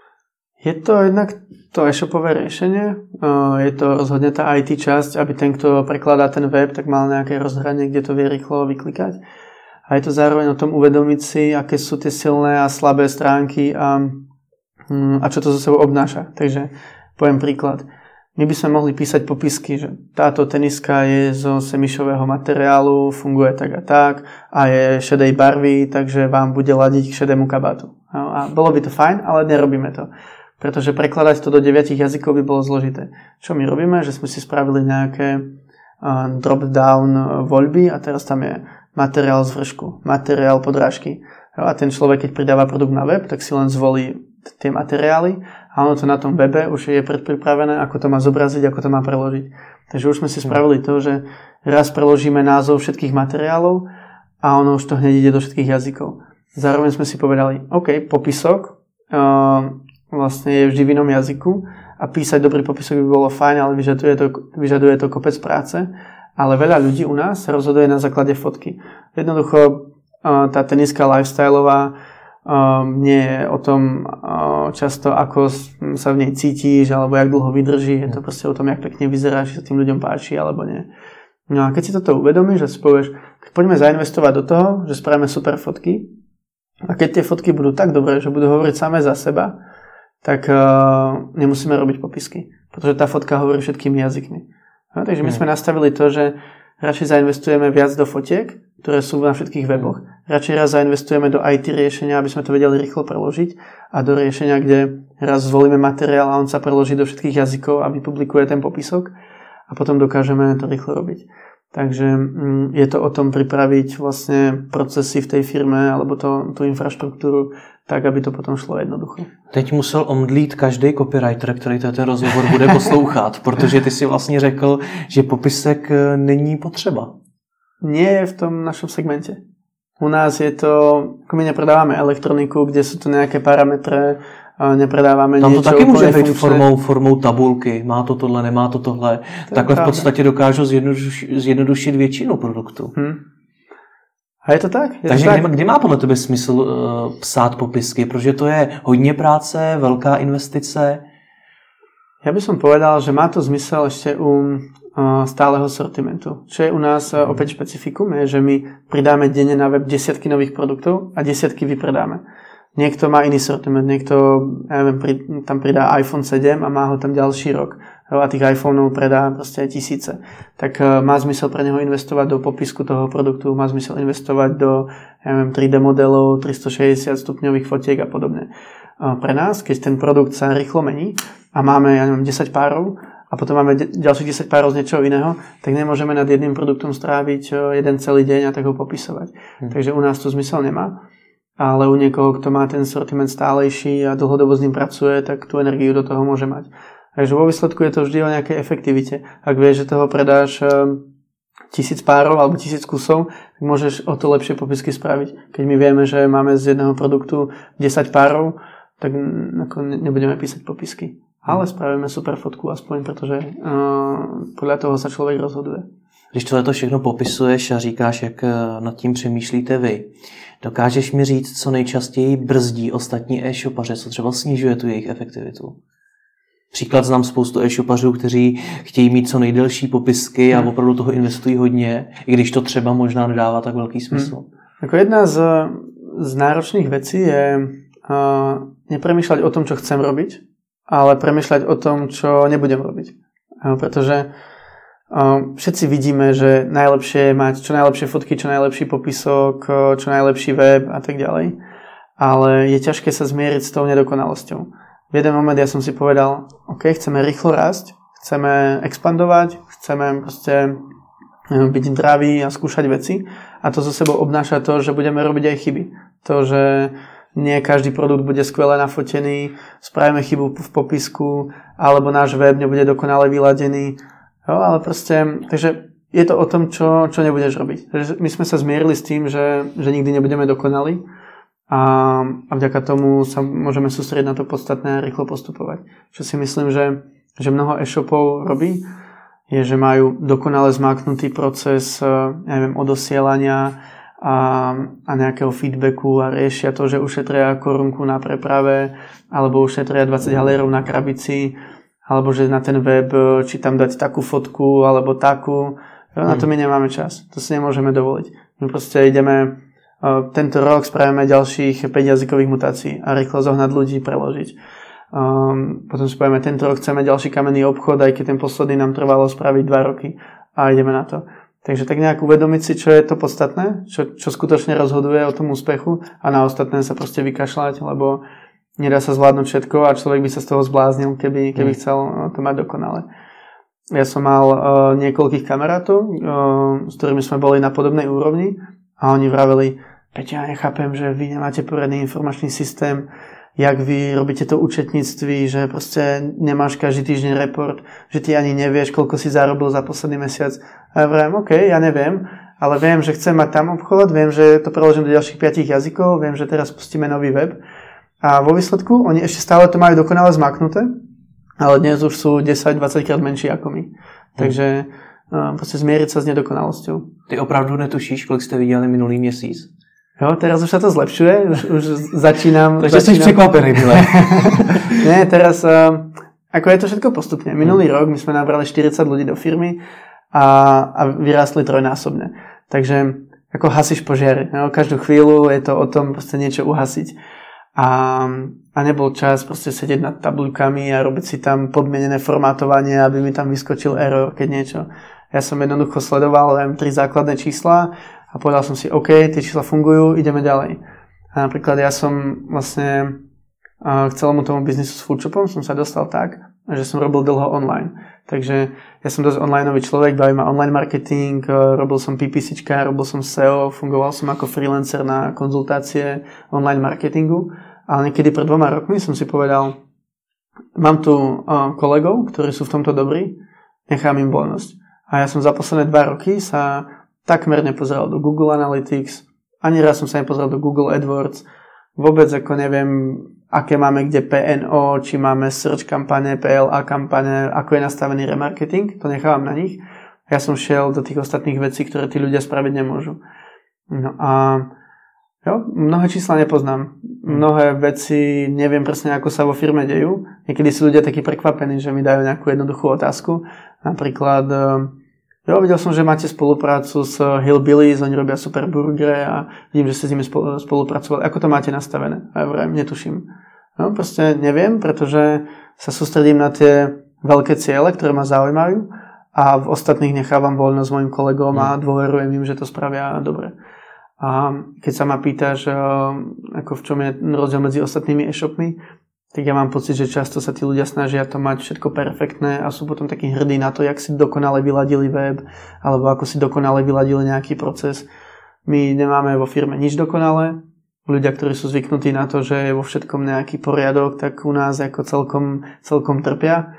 Je to jednak to e-shopové riešenie. Uh, je to rozhodne tá í té časť, aby ten, kto prekladá ten web, tak mal nejaké rozhranie, kde to vie rýchlo vyklikať. A je to zároveň o tom uvedomiť si, aké sú tie silné a slabé stránky a, um, a čo to zo sebou obnáša. Takže poviem príklad. My by sme mohli písať popisky, že táto teniska je zo semišového materiálu, funguje tak a tak a je šedej barvy, takže vám bude ladiť k šedému kabátu. No, a bolo by to fajn, ale nerobíme to. Pretože prekladať to do deviatich jazykov by bolo zložité. Čo my robíme? Že sme si spravili nejaké uh, drop-down voľby a teraz tam je materiál z vršku, materiál podrážky. No, a ten človek, keď pridáva produkt na web, tak si len zvolí tie materiály a ono to na tom webe už je predpripravené, ako to má zobraziť, ako to má preložiť. Takže už sme si spravili to, že raz preložíme názov všetkých materiálov a ono už to hneď ide do všetkých jazykov. Zároveň sme si povedali, OK, popisok uh, vlastne je vždy v inom jazyku a písať dobrý popisok by bolo fajn, ale vyžaduje to, vyžaduje to kopec práce. Ale veľa ľudí u nás sa rozhoduje na základe fotky. Jednoducho uh, tá teniska lifestyleová Um, nie je o tom uh, často, ako sa v nej cítiš, alebo jak dlho vydrží. Je to proste o tom, jak pekne vyzeráš, či sa tým ľuďom páči, alebo nie. No a keď si toto uvedomíš, že si povieš, poďme zainvestovať do toho, že spravíme super fotky a keď tie fotky budú tak dobré, že budú hovoriť samé za seba, tak uh, nemusíme robiť popisky, pretože tá fotka hovorí všetkými jazykmi. No, takže my sme nastavili to, že radšej zainvestujeme viac do fotiek, ktoré sú na všetkých weboch. Radšej raz zainvestujeme do í té riešenia, aby sme to vedeli rýchlo preložiť a do riešenia, kde raz zvolíme materiál a on sa preloží do všetkých jazykov a vypublikuje ten popisok a potom dokážeme to rýchlo robiť. Takže je to o tom pripraviť vlastne procesy v tej firme alebo to, tú infraštruktúru tak, aby to potom šlo jednoducho. Teď musel omdlít každý copywriter, který ten rozhovor bude poslouchat, protože ty si vlastně řekl, že popisek není potřeba. Nie je v tom našom segmente. U nás je to, ako my nepredávame elektroniku, kde sú to nejaké parametre, nepredávame tam niečo. Tam to taky může být formou, formou tabulky. Má to tohle, nemá to tohle. To Takhle v podstatě dokážu zjednoduš, zjednodušit většinu produktu. Hmm. A je to tak? Je Takže to kdy, tak? kdy má podle tebe smysl uh, psát popisky? Protože to je hodně práce, velká investice. Ja by som povedal, že má to zmysel ešte u uh, stáleho sortimentu. Čo je u nás uh, opäť špecifikum, je, že my pridáme denne na web desiatky nových produktov a desiatky vypredáme. Niekto má iný sortiment, niekto ja neviem, pri, tam pridá iPhone sedem a má ho tam ďalší rok. A tých iPhoneov predá proste aj tisíce. Tak uh, má zmysel pre neho investovať do popisku toho produktu, má zmysel investovať do ja neviem, tri dé modelov, tristošesťdesiat stupňových fotiek a podobne. Uh, pre nás, keď ten produkt sa rýchlo mení a máme ja neviem, desať párov a potom máme de- ďalších desať párov z niečoho iného, tak nemôžeme nad jedným produktom stráviť uh, jeden celý deň a tak ho popisovať. Hmm. Takže u nás to zmysel nemá. Ale u niekoho, kto má ten sortiment stálejší a dlhodobo s ním pracuje, tak tú energiu do toho môže mať. Takže vo výsledku je to vždy o nejakej efektivite. Ak vieš, že toho predáš tisíc párov alebo tisíc kusov, tak môžeš o to lepšie popisky spraviť. Keď my vieme, že máme z jedného produktu desať párov, tak nebudeme písať popisky. Ale spravíme super fotku aspoň, protože uh, podľa toho sa človek rozhoduje. Když tohle všechno popisuješ a říkáš, jak nad tím přemýšlíte vy, dokážeš mi říct, co nejčastěji brzdí ostatní e-shopaře, co třeba snižuje tu jejich efektivitu? Příklad znám spoustu e-shopařů, kteří chtějí mít co nejdelší popisky a opravdu toho investují hodně, i když to třeba možná nedává tak velký smysl. Hmm. Jako jedna z, z náročných vecí je uh, nepremýšľať o tom, čo chcem robiť, ale premýšľať o tom, čo nebudem robiť. Uh, pretože uh, všetci vidíme, že najlepšie je mať čo najlepšie fotky, čo najlepší popisok, uh, čo najlepší web a tak ďalej. Ale je ťažké sa zmieriť s tou nedokonalosťou. V jeden moment ja som si povedal, OK, chceme rýchlo rásť, chceme expandovať, chceme proste byť zdraví a skúšať veci a to so sebou obnáša to, že budeme robiť aj chyby. To, že nie každý produkt bude skvele nafotený, spravíme chybu v popisku alebo náš web nebude dokonale vyladený. Jo, ale proste, takže je to o tom, čo, čo nebudeš robiť. Takže my sme sa zmierili s tým, že, že nikdy nebudeme dokonali. A, a vďaka tomu sa môžeme sústrediť na to podstatné a rýchlo postupovať. Čo si myslím, že, že mnoho e-shopov robí, je, že majú dokonale zmáknutý proces ja neviem, odosielania a, a nejakého feedbacku a riešia to, že ušetria korunku na preprave alebo ušetria dvadsať halérov na krabici alebo že na ten web či tam dať takú fotku alebo takú. Na to my nemáme čas. To si nemôžeme dovoliť. My proste ideme tento rok spravíme ďalších päť jazykových mutácií a rýchlo zohnať ľudí, preložiť. Um, potom si povieme, tento rok chceme ďalší kamenný obchod, aj keď ten posledný nám trvalo spraviť dva roky a ideme na to. Takže tak nejak uvedomiť si, čo je to podstatné, čo, čo skutočne rozhoduje o tom úspechu a na ostatné sa proste vykašľať, lebo nedá sa zvládnuť všetko a človek by sa z toho zbláznil, keby, keby chcel to mať dokonale. Ja som mal uh, niekoľkých kamarátov, uh, s ktorými sme boli na podobnej úrovni a oni vraveli, Peťa, ja nechápem, že vy nemáte poriadny informačný systém, jak vy robíte to účetníctví, že proste nemáš každý týždeň report, že ty ani nevieš, koľko si zarobil za posledný mesiac. A ja vravím, OK, ja neviem, ale viem, že chcem mať tam obchod, viem, že to preložím do ďalších piatich jazykov, viem, že teraz pustíme nový web. A vo výsledku oni ešte stále to majú dokonale zmaknuté, ale dnes už sú desať dvadsať krát menší ako my. Takže hmm. proste zmieriť sa s nedokonalosťou. Ty opravdu netušíš, kolik ste viděli minulý měsíc? Jo, teraz už sa to zlepšuje, už, už začínam... Takže začínam... jsi překvapený, Mile. Nie, teraz, uh, ako je to všetko postupne. Minulý hmm. rok my sme nabrali štyridsať ľudí do firmy a, a vyrástli trojnásobne. Takže ako hasíš požiare. Jo? Každú chvíľu je to o tom proste niečo uhasiť. A, a nebol čas proste sedieť nad tabuľkami a robiť si tam podmienené formátovanie, aby mi tam vyskočil error, keď niečo. Ja som jednoducho sledoval len tri základné čísla a povedal som si, OK, tie čísla fungujú, ideme ďalej. A napríklad ja som vlastne k celému tomu biznisu s Foodshopom som sa dostal tak, že som robil dlho online. Takže ja som dosť onlineový človek, baví ma online marketing, robil som PPCčka, robil som es e o, fungoval som ako freelancer na konzultácie online marketingu, ale niekedy pred dvoma rokmi som si povedal, mám tu kolegov, ktorí sú v tomto dobrí, nechám im voľnosť. A ja som za posledné dva roky sa takmer nepozeral do Google Analytics, ani raz som sa nepozeral do Google AdWords, vôbec ako neviem, aké máme kde pé en ó, či máme search kampane, pé el á kampane, ako je nastavený remarketing, to nechávam na nich. Ja som šiel do tých ostatných vecí, ktoré tí ľudia spraviť nemôžu. No a jo, mnohé čísla nepoznám. Mnohé veci neviem presne, ako sa vo firme dejú. Niekedy sú ľudia takí prekvapení, že mi dajú nejakú jednoduchú otázku. Napríklad, jo, videl som, že máte spoluprácu s Hillbillies, oni robia super burgery a vidím, že ste s nimi spolupracovali. Ako to máte nastavené? A ja vrajím, netuším. No, proste neviem, pretože sa sústredím na tie veľké ciele, ktoré ma zaujímajú a v ostatných nechávam voľnosť mojim kolegom a dôverujem im, že to spravia dobre. A keď sa ma pýtaš, ako v čom je rozdiel medzi ostatnými e-shopmi, tak ja mám pocit, že často sa tí ľudia snažia to mať všetko perfektné a sú potom takí hrdí na to, jak si dokonale vyladili web alebo ako si dokonale vyladili nejaký proces. My nemáme vo firme nič dokonale. Ľudia, ktorí sú zvyknutí na to, že je vo všetkom nejaký poriadok, tak u nás ako celkom, celkom trpia.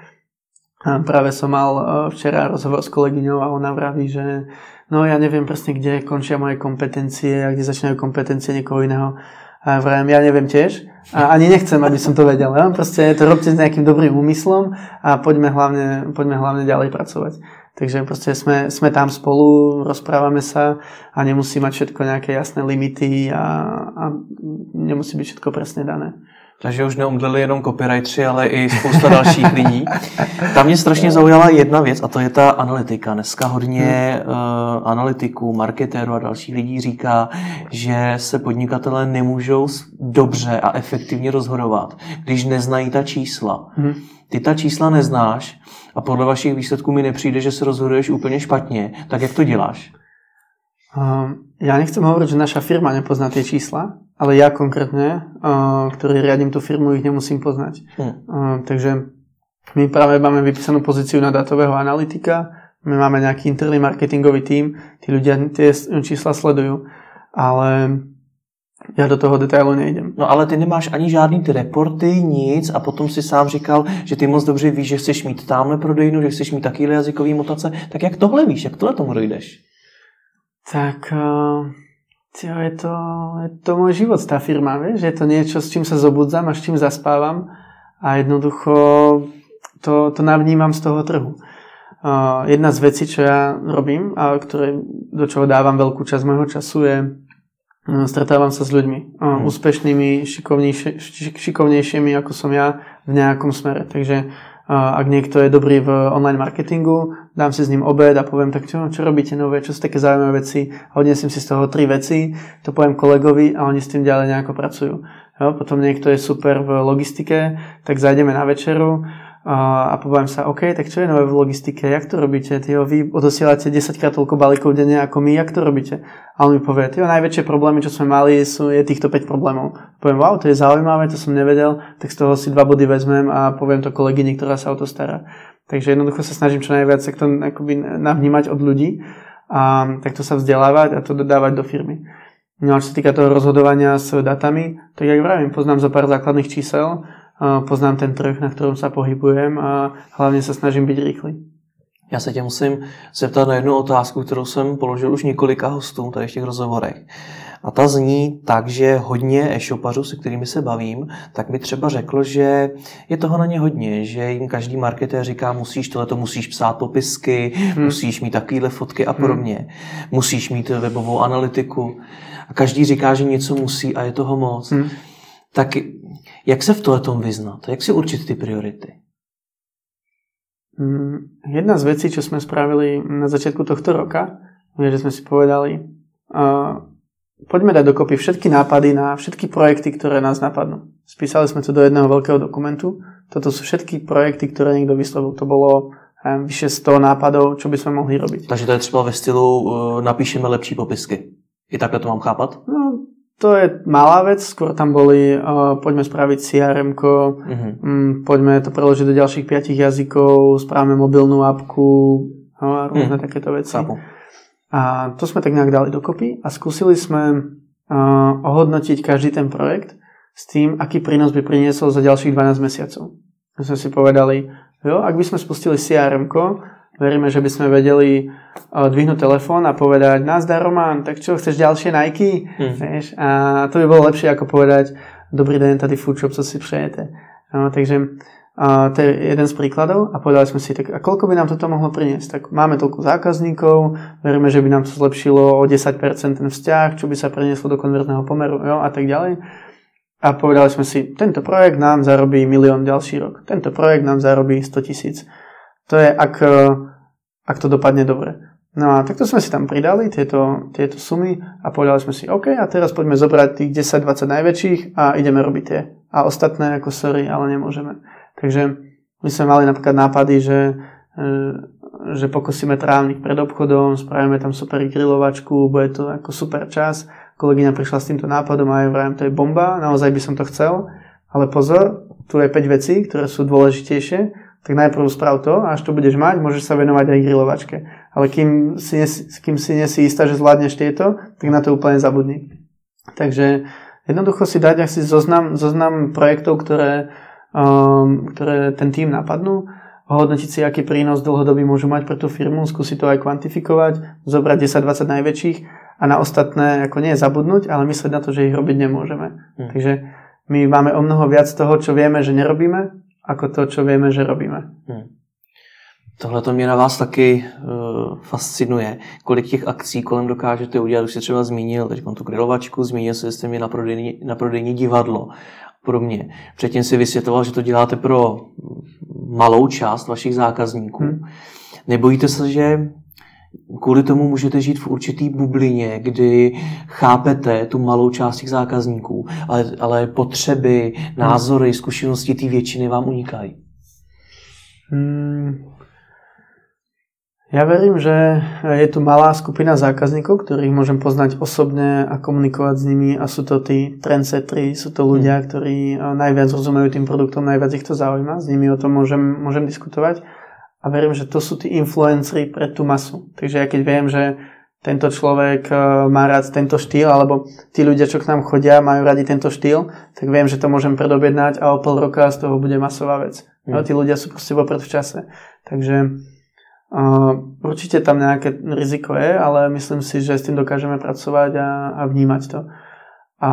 A práve som mal včera rozhovor s kolegyňou a ona vraví, že no ja neviem presne, kde končia moje kompetencie a kde začínajú kompetencie niekoho iného. A vrajem, ja neviem tiež a ani nechcem, aby som to vedel. Ja? Proste to robte s nejakým dobrým úmyslom a poďme hlavne, poďme hlavne ďalej pracovať. Takže proste sme, sme tam spolu, rozprávame sa a nemusí mať všetko nejaké jasné limity a, a nemusí byť všetko presne dané. Takže už neomdleli jenom copywriteri, ale i spousta dalších lidí. Tam mě strašně zaujala jedna věc a to je ta analytika. Dneska hodně uh, analytiků, marketérů a dalších lidí říká, že se podnikatelé nemůžou dobře a efektivně rozhodovat, když neznají ta čísla. Hmm. Ty ta čísla neznáš a podle vašich výsledků mi nepřijde, že se rozhoduješ úplně špatně. Tak jak to děláš? Uh, ja nechcem hovoriť, že naša firma nepozná tie čísla, ale ja konkrétne, uh, ktorý riadím tú firmu, ich nemusím poznať. Hmm. Uh, takže my práve máme vypísanú pozíciu na dátového analytika, my máme nejaký interný marketingový tím, tí ľudia tie čísla sledujú, ale ja do toho detailu nejdem. No ale ty nemáš ani žádný ty reporty, nic a potom si sám říkal, že ty moc dobře víš, že chceš mít tamhle prodejnu, že chceš mít takýhle jazykový mutace, tak jak tohle víš, jak tohle tomu dojdeš? Tak tjo, je, to, je to môj život, tá firma, vieš? Je to niečo, s čím sa zobudzam a s čím zaspávam a jednoducho to, to navnímam z toho trhu. Uh, jedna z vecí, čo ja robím a ktoré, do čoho dávam veľkú časť môjho času je uh, stretávam sa s ľuďmi. Uh, hmm. Úspešnými, šikovnejšími ako som ja v nejakom smere. Takže ak niekto je dobrý v online marketingu, dám si s ním obed a poviem, tak čo, čo robíte nové, čo sú také zaujímavé veci a odnesím si z toho tri veci, to poviem kolegovi a oni s tým ďalej nejako pracujú. Jo, potom niekto je super v logistike, tak zajdeme na večeru a, a poviem sa, OK, tak čo je nové v logistike, jak to robíte? Tyjo, vy odosielate desaťkrát toľko balíkov denne ako my, jak to robíte? A on mi povie, tyjo, najväčšie problémy, čo sme mali, sú je týchto päť problémov. Poviem, wow, to je zaujímavé, to som nevedel, tak z toho si dva body vezmem a poviem to kolegyni, ktorá sa o to stará. Takže jednoducho sa snažím čo najviac to akoby navnímať od ľudí a takto sa vzdelávať a to dodávať do firmy. No a čo sa týka toho rozhodovania s datami, tak jak vravím, poznám zo pár základných čísel, poznám ten trh, na ktorom sa pohybujem a hlavně se snažím být rychlý. Já se tě musím zeptat na jednu otázku, kterou jsem položil už několika hostům tady v těch rozhovorech. A ta zní tak, že hodně e-shopařů, se kterými se bavím, tak mi třeba řeklo, že je toho na ně hodně, že jim každý marketér říká, musíš tohleto, musíš psát popisky, hmm. musíš mít takovýhle fotky a podobně, hmm. musíš mít webovou analytiku. A každý říká, že něco musí a je toho moc. Hmm. Tak jak se v tohletom vyznat? Jak si určit ty priority? Jedna z vecí, čo sme spravili na začiatku tohto roka, je, že sme si povedali, uh, poďme dať dokopy všetky nápady na všetky projekty, ktoré nás napadnú. Spísali sme to do jedného veľkého dokumentu. Toto sú všetky projekty, ktoré niekto vyslovil. To bolo, vyše sto nápadov, čo by sme mohli robiť. Takže to je třeba ve stylu uh, napíšeme lepší popisky. I takhle to mám chápat? No, to je malá vec, skôr tam boli uh, poďme spraviť C R M-ko, uh-huh. um, poďme to preložiť do ďalších piatich jazykov, spravíme mobilnú apku no, a rôzne uh-huh. takéto veci. Chápu. A to sme tak nejak dali dokopy a skúsili sme uh, ohodnotiť každý ten projekt s tým, aký prínos by priniesol za ďalších dvanásť mesiacov. My sme si povedali, jo, ak by sme spustili C R M-ko, veríme, že by sme vedeli uh, dvihnúť telefón a povedať nazdar Roman, tak čo, chceš ďalšie Nike? Hmm. Vieš? A to by bolo lepšie ako povedať dobrý deň, tady Food Shop, co si přejete. No, takže uh, to je jeden z príkladov a povedali sme si, tak a koľko by nám toto mohlo priniesť? Tak máme toľko zákazníkov, veríme, že by nám to zlepšilo o desať percent ten vzťah, čo by sa prenieslo do konverzného pomeru jo, a tak ďalej. A povedali sme si, tento projekt nám zarobí milión ďalší rok. Tento projekt nám zarobí sto tisíc. To je, ak, ak to dopadne dobre. No a takto sme si tam pridali tieto, tieto sumy a povedali sme si, OK, a teraz poďme zobrať tých desať dvadsať najväčších a ideme robiť tie. A ostatné ako sorry, ale nemôžeme. Takže my sme mali napríklad nápady, že, že pokosíme trávnik pred obchodom, spravíme tam super grilovačku, bude to ako super čas. Kolegyňa prišla s týmto nápadom a ja vrajem, to je bomba, naozaj by som to chcel, ale pozor, tu je päť vecí, ktoré sú dôležitejšie, tak najprv sprav to a až to budeš mať, môžeš sa venovať aj grilovačke. Ale kým si, nesi, kým si nesi istá, že zvládneš tieto, tak na to úplne zabudni. Takže jednoducho si dať asi zoznam, zoznam projektov, ktoré, um, ktoré ten tím napadnú, hodnotiť si, aký prínos dlhodobý môžu mať pre tú firmu, skúsiť to aj kvantifikovať, zobrať desať dvadsať najväčších a na ostatné ako nie zabudnúť, ale myslieť na to, že ich robiť nemôžeme. Hmm. Takže my máme o mnoho viac toho, čo vieme, že nerobíme, ako to, čo vieme, že robíme. Hmm. Tohle to mě na vás taky uh, fascinuje. Kolik těch akcí kolem dokážete udělat? Už jste třeba zmínil teď tu grilovačku, zmínil jste, že jste mě na prodejní, na prodejní divadlo. Podobně. Předtím si vysvětloval, že to děláte pro malou část vašich zákazníků. Hmm. Nebojíte se, že kvůli tomu můžete žít v určitý bublině, kdy chápete tu malou část těch zákazníků, ale, ale potřeby, názory, zkušenosti té většiny vám unikají? Hmm. Ja verím, že je tu malá skupina zákazníkov, ktorých môžem poznať osobne a komunikovať s nimi a sú to tí trendsetteri, sú to ľudia, ktorí najviac rozumejú tým produktom, najviac ich to zaujíma, s nimi o tom môžem, môžem diskutovať a verím, že to sú tí influenceri pre tú masu. Takže ja keď viem, že tento človek má rád tento štýl, alebo tí ľudia, čo k nám chodia, majú radi tento štýl, tak viem, že to môžem predobjednať a o pol roka z toho bude masová vec. Mm. No, tí ľudia sú proste vopred v čase. Takže Uh, určite tam nejaké riziko je, ale myslím si, že s tým dokážeme pracovať a, a vnímať to. A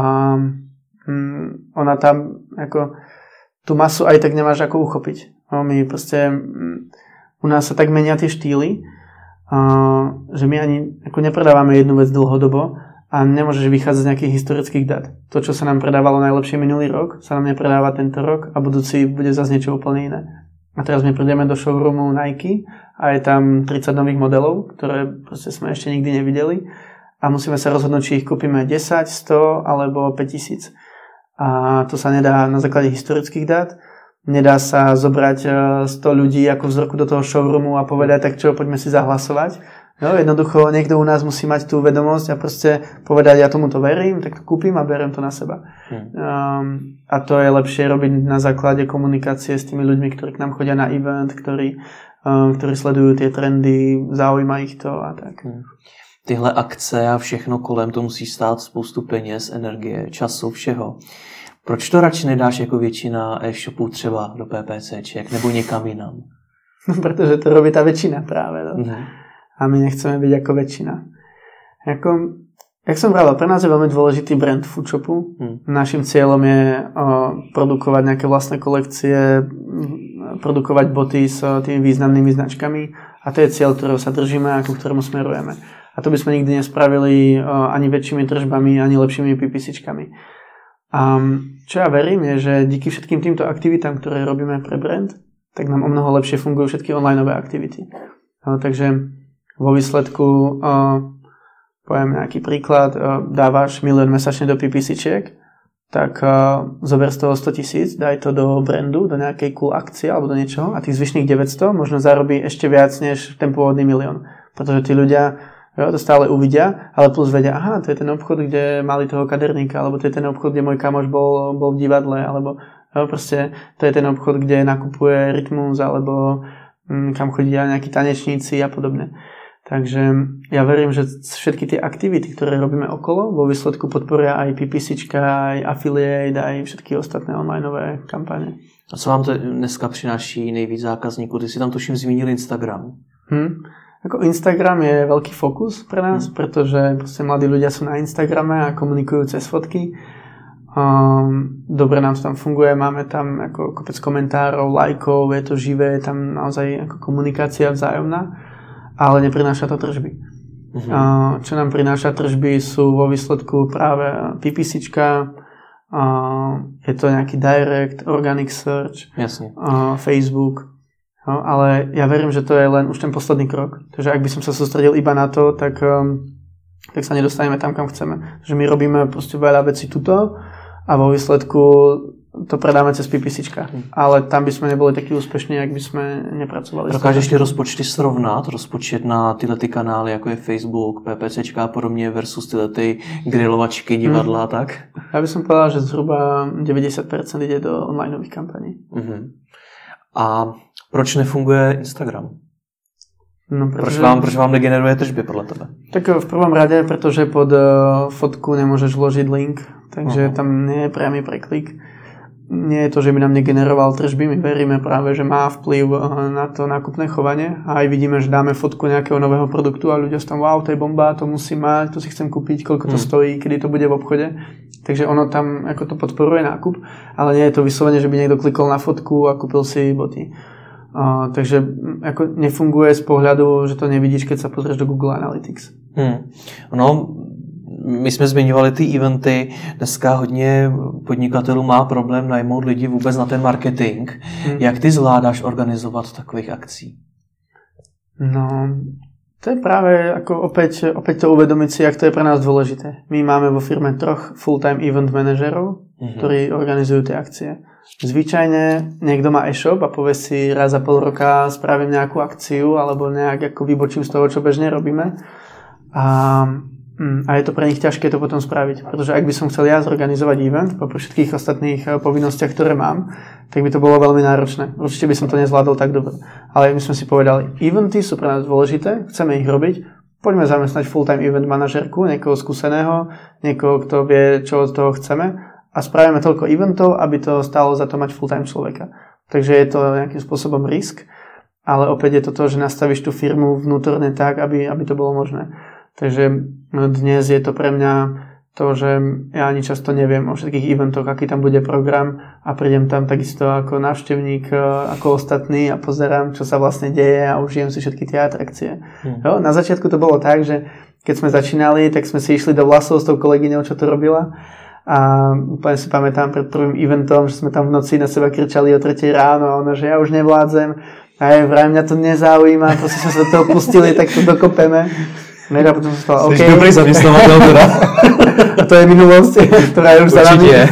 um, ona tam ako tú masu aj tak nemáš ako uchopiť. No, my proste um, u nás sa tak menia tie štýly, uh, že my ani ako nepredávame jednu vec dlhodobo a nemôžeš vychádzať z nejakých historických dát. To, čo sa nám predávalo najlepšie minulý rok, sa nám nepredáva tento rok a budúci bude zase niečo úplne iné. A teraz my prídeme do showroomu Nike a je tam tridsať nových modelov, ktoré proste sme ešte nikdy nevideli a musíme sa rozhodnúť, či ich kúpime desať, sto alebo päťtisíc. A to sa nedá na základe historických dát. Nedá sa zobrať sto ľudí ako vzorku do toho showroomu a povedať, tak čo, poďme si zahlasovať. No, jednoducho niekto u nás musí mať tú vedomosť a proste povedať, ja tomuto verím, tak to kúpim a beriem to na seba. Hmm. Um, a to je lepšie robiť na základe komunikácie s tými ľuďmi, ktorí k nám chodia na event, ktorí, um, ktorí sledujú tie trendy, zaujíma ich to a tak. Hmm. Tyhle akce a všechno kolem to musí stát spoustu peněz, energie, času, všeho. Proč to radši nedáš jako většina e-shopů třeba do PPCček nebo někam jinam? No, protože to robí ta väčšina práve. No. Hmm. A my nechceme byť ako väčšina. Ako, jak som vravel, pre nás je veľmi dôležitý brand Foodshopu. Hmm. Našim cieľom je o, produkovať nejaké vlastné kolekcie, produkovať boty s tými významnými značkami a to je cieľ, ktorého sa držíme a ku ktorému smerujeme. A to by sme nikdy nespravili o, ani väčšími tržbami, ani lepšími PPCčkami. A čo ja verím je, že díky všetkým týmto aktivitám, ktoré robíme pre brand, tak nám o mnoho lepšie fungujú všetky onlineové aktivity. No, takže vo výsledku, uh, poviem nejaký príklad, uh, dávaš milión mesačne do PPCčiek, tak uh, zober z toho sto tisíc, daj to do brandu, do nejakej cool akcie alebo do niečoho a tých zvyšných deväťsto možno zarobí ešte viac než ten pôvodný milión. Pretože tí ľudia jo, to stále uvidia, ale plus vedia, aha, to je ten obchod, kde mali toho kaderníka, alebo to je ten obchod, kde môj kamoš bol, bol v divadle, alebo jo, proste to je ten obchod, kde nakupuje Rytmus, alebo hm, kam chodia nejakí tanečníci a podobne. Takže ja verím, že všetky tie aktivity, ktoré robíme okolo, vo výsledku podporia aj PPCčka, aj affiliate, aj všetky ostatné onlineové kampane. A co vám to dneska přináší nejvíc zákazníků? Ty si tam tuším zmínil Instagram. Hm. Ako Instagram je veľký fokus pre nás, hm. pretože proste mladí ľudia sú na Instagrame a komunikujú cez fotky. Um, dobre nám tam funguje, máme tam ako kopec komentárov, lajkov, je to živé, je tam naozaj ako komunikácia vzájomná. Ale neprináša to tržby. Uh-huh. Uh, čo nám prináša tržby sú vo výsledku práve PPCčka, uh, je to nejaký direct, organic search, uh, Facebook, no, ale ja verím, že to je len už ten posledný krok. Takže ak by som sa sústredil iba na to, tak, um, tak sa nedostaneme tam, kam chceme. Takže my robíme proste veľa vecí tuto a vo výsledku to predáme cez PPCčka. Ale tam by sme neboli takí úspešní, ak by sme nepracovali. Dokážeš ty rozpočty srovnat? Rozpočet na tyhle ty kanály, jako je Facebook, PPCčka a podobně versus tyhle ty grilovačky, divadla a hmm. tak? Ja by som povedal, že zhruba deväťdesiat percent ide do onlineových kampaní. Uh-huh. A proč nefunguje Instagram? No, pretože... proč, vám, proč vám negeneruje tržby podľa tebe? Tak v prvom rade, pretože pod fotku nemôžeš vložiť link, takže uh-huh. tam nie je priamy preklik. Nie je to, že by nám negeneroval tržby, my veríme práve, že má vplyv na to nákupné chovanie a aj vidíme, že dáme fotku nejakého nového produktu a ľudia sú tam, wow, to je bomba, to musím mať, to si chcem kúpiť, koľko to hmm. stojí, kedy to bude v obchode. Takže ono tam ako to podporuje nákup, ale nie je to vyslovene, že by niekto klikol na fotku a kúpil si boty. Uh, takže ako nefunguje z pohľadu, že to nevidíš, keď sa pozrieš do Google Analytics. Hmm. No, my jsme zmiňovali ty eventy, dneska hodně podnikatelů má problém najmout lidi vůbec na ten marketing. Hmm. Jak ty zvládáš organizovat takových akcí? No, to je práve ako opäť, opäť to uvedomiť si, jak to je pre nás dôležité. My máme vo firme troch full-time event manažerov, hmm. ktorí organizujú tie akcie. Zvyčajne niekto má e-shop a povie si raz za pol roka spravím nejakú akciu alebo nejak ako vybočím z toho, čo bežne robíme. A A je to pre nich ťažké to potom spraviť, pretože ak by som chcel ja zorganizovať event po všetkých ostatných povinnostiach, ktoré mám, tak by to bolo veľmi náročné. Určite by som to nezvládol tak dobre. Ale my sme si povedali, eventy sú pre nás dôležité, chceme ich robiť, poďme zamestnať full-time event manažerku, niekoho skúseného, niekoho, kto vie, čo od toho chceme a spravíme toľko eventov, aby to stálo za to mať full-time človeka. Takže je to nejakým spôsobom risk, ale opäť je to to, že nastavíš tú firmu vnútorne tak, aby, aby to bolo možné. Takže dnes je to pre mňa to, že ja ani často neviem o všetkých eventoch, aký tam bude program a prídem tam takisto ako návštevník, ako ostatní a pozerám, čo sa vlastne deje a užijem si všetky tie atrakcie. Hmm. Jo, na začiatku to bolo tak, že keď sme začínali, tak sme si išli do vlasov s tou kolegyňou, čo to robila a úplne si pamätám pred prvým eventom, že sme tam v noci na seba kričali o tretej ráno a ono, že ja už nevládzem a ja vraj mňa to nezaujíma, proste sme sa do toho pustili, tak to dokopeme. No a potom som stala, OK. Jsi dobrý zaměstnavatel teda. A to je minulosť, ktorá je už za nami. Určite.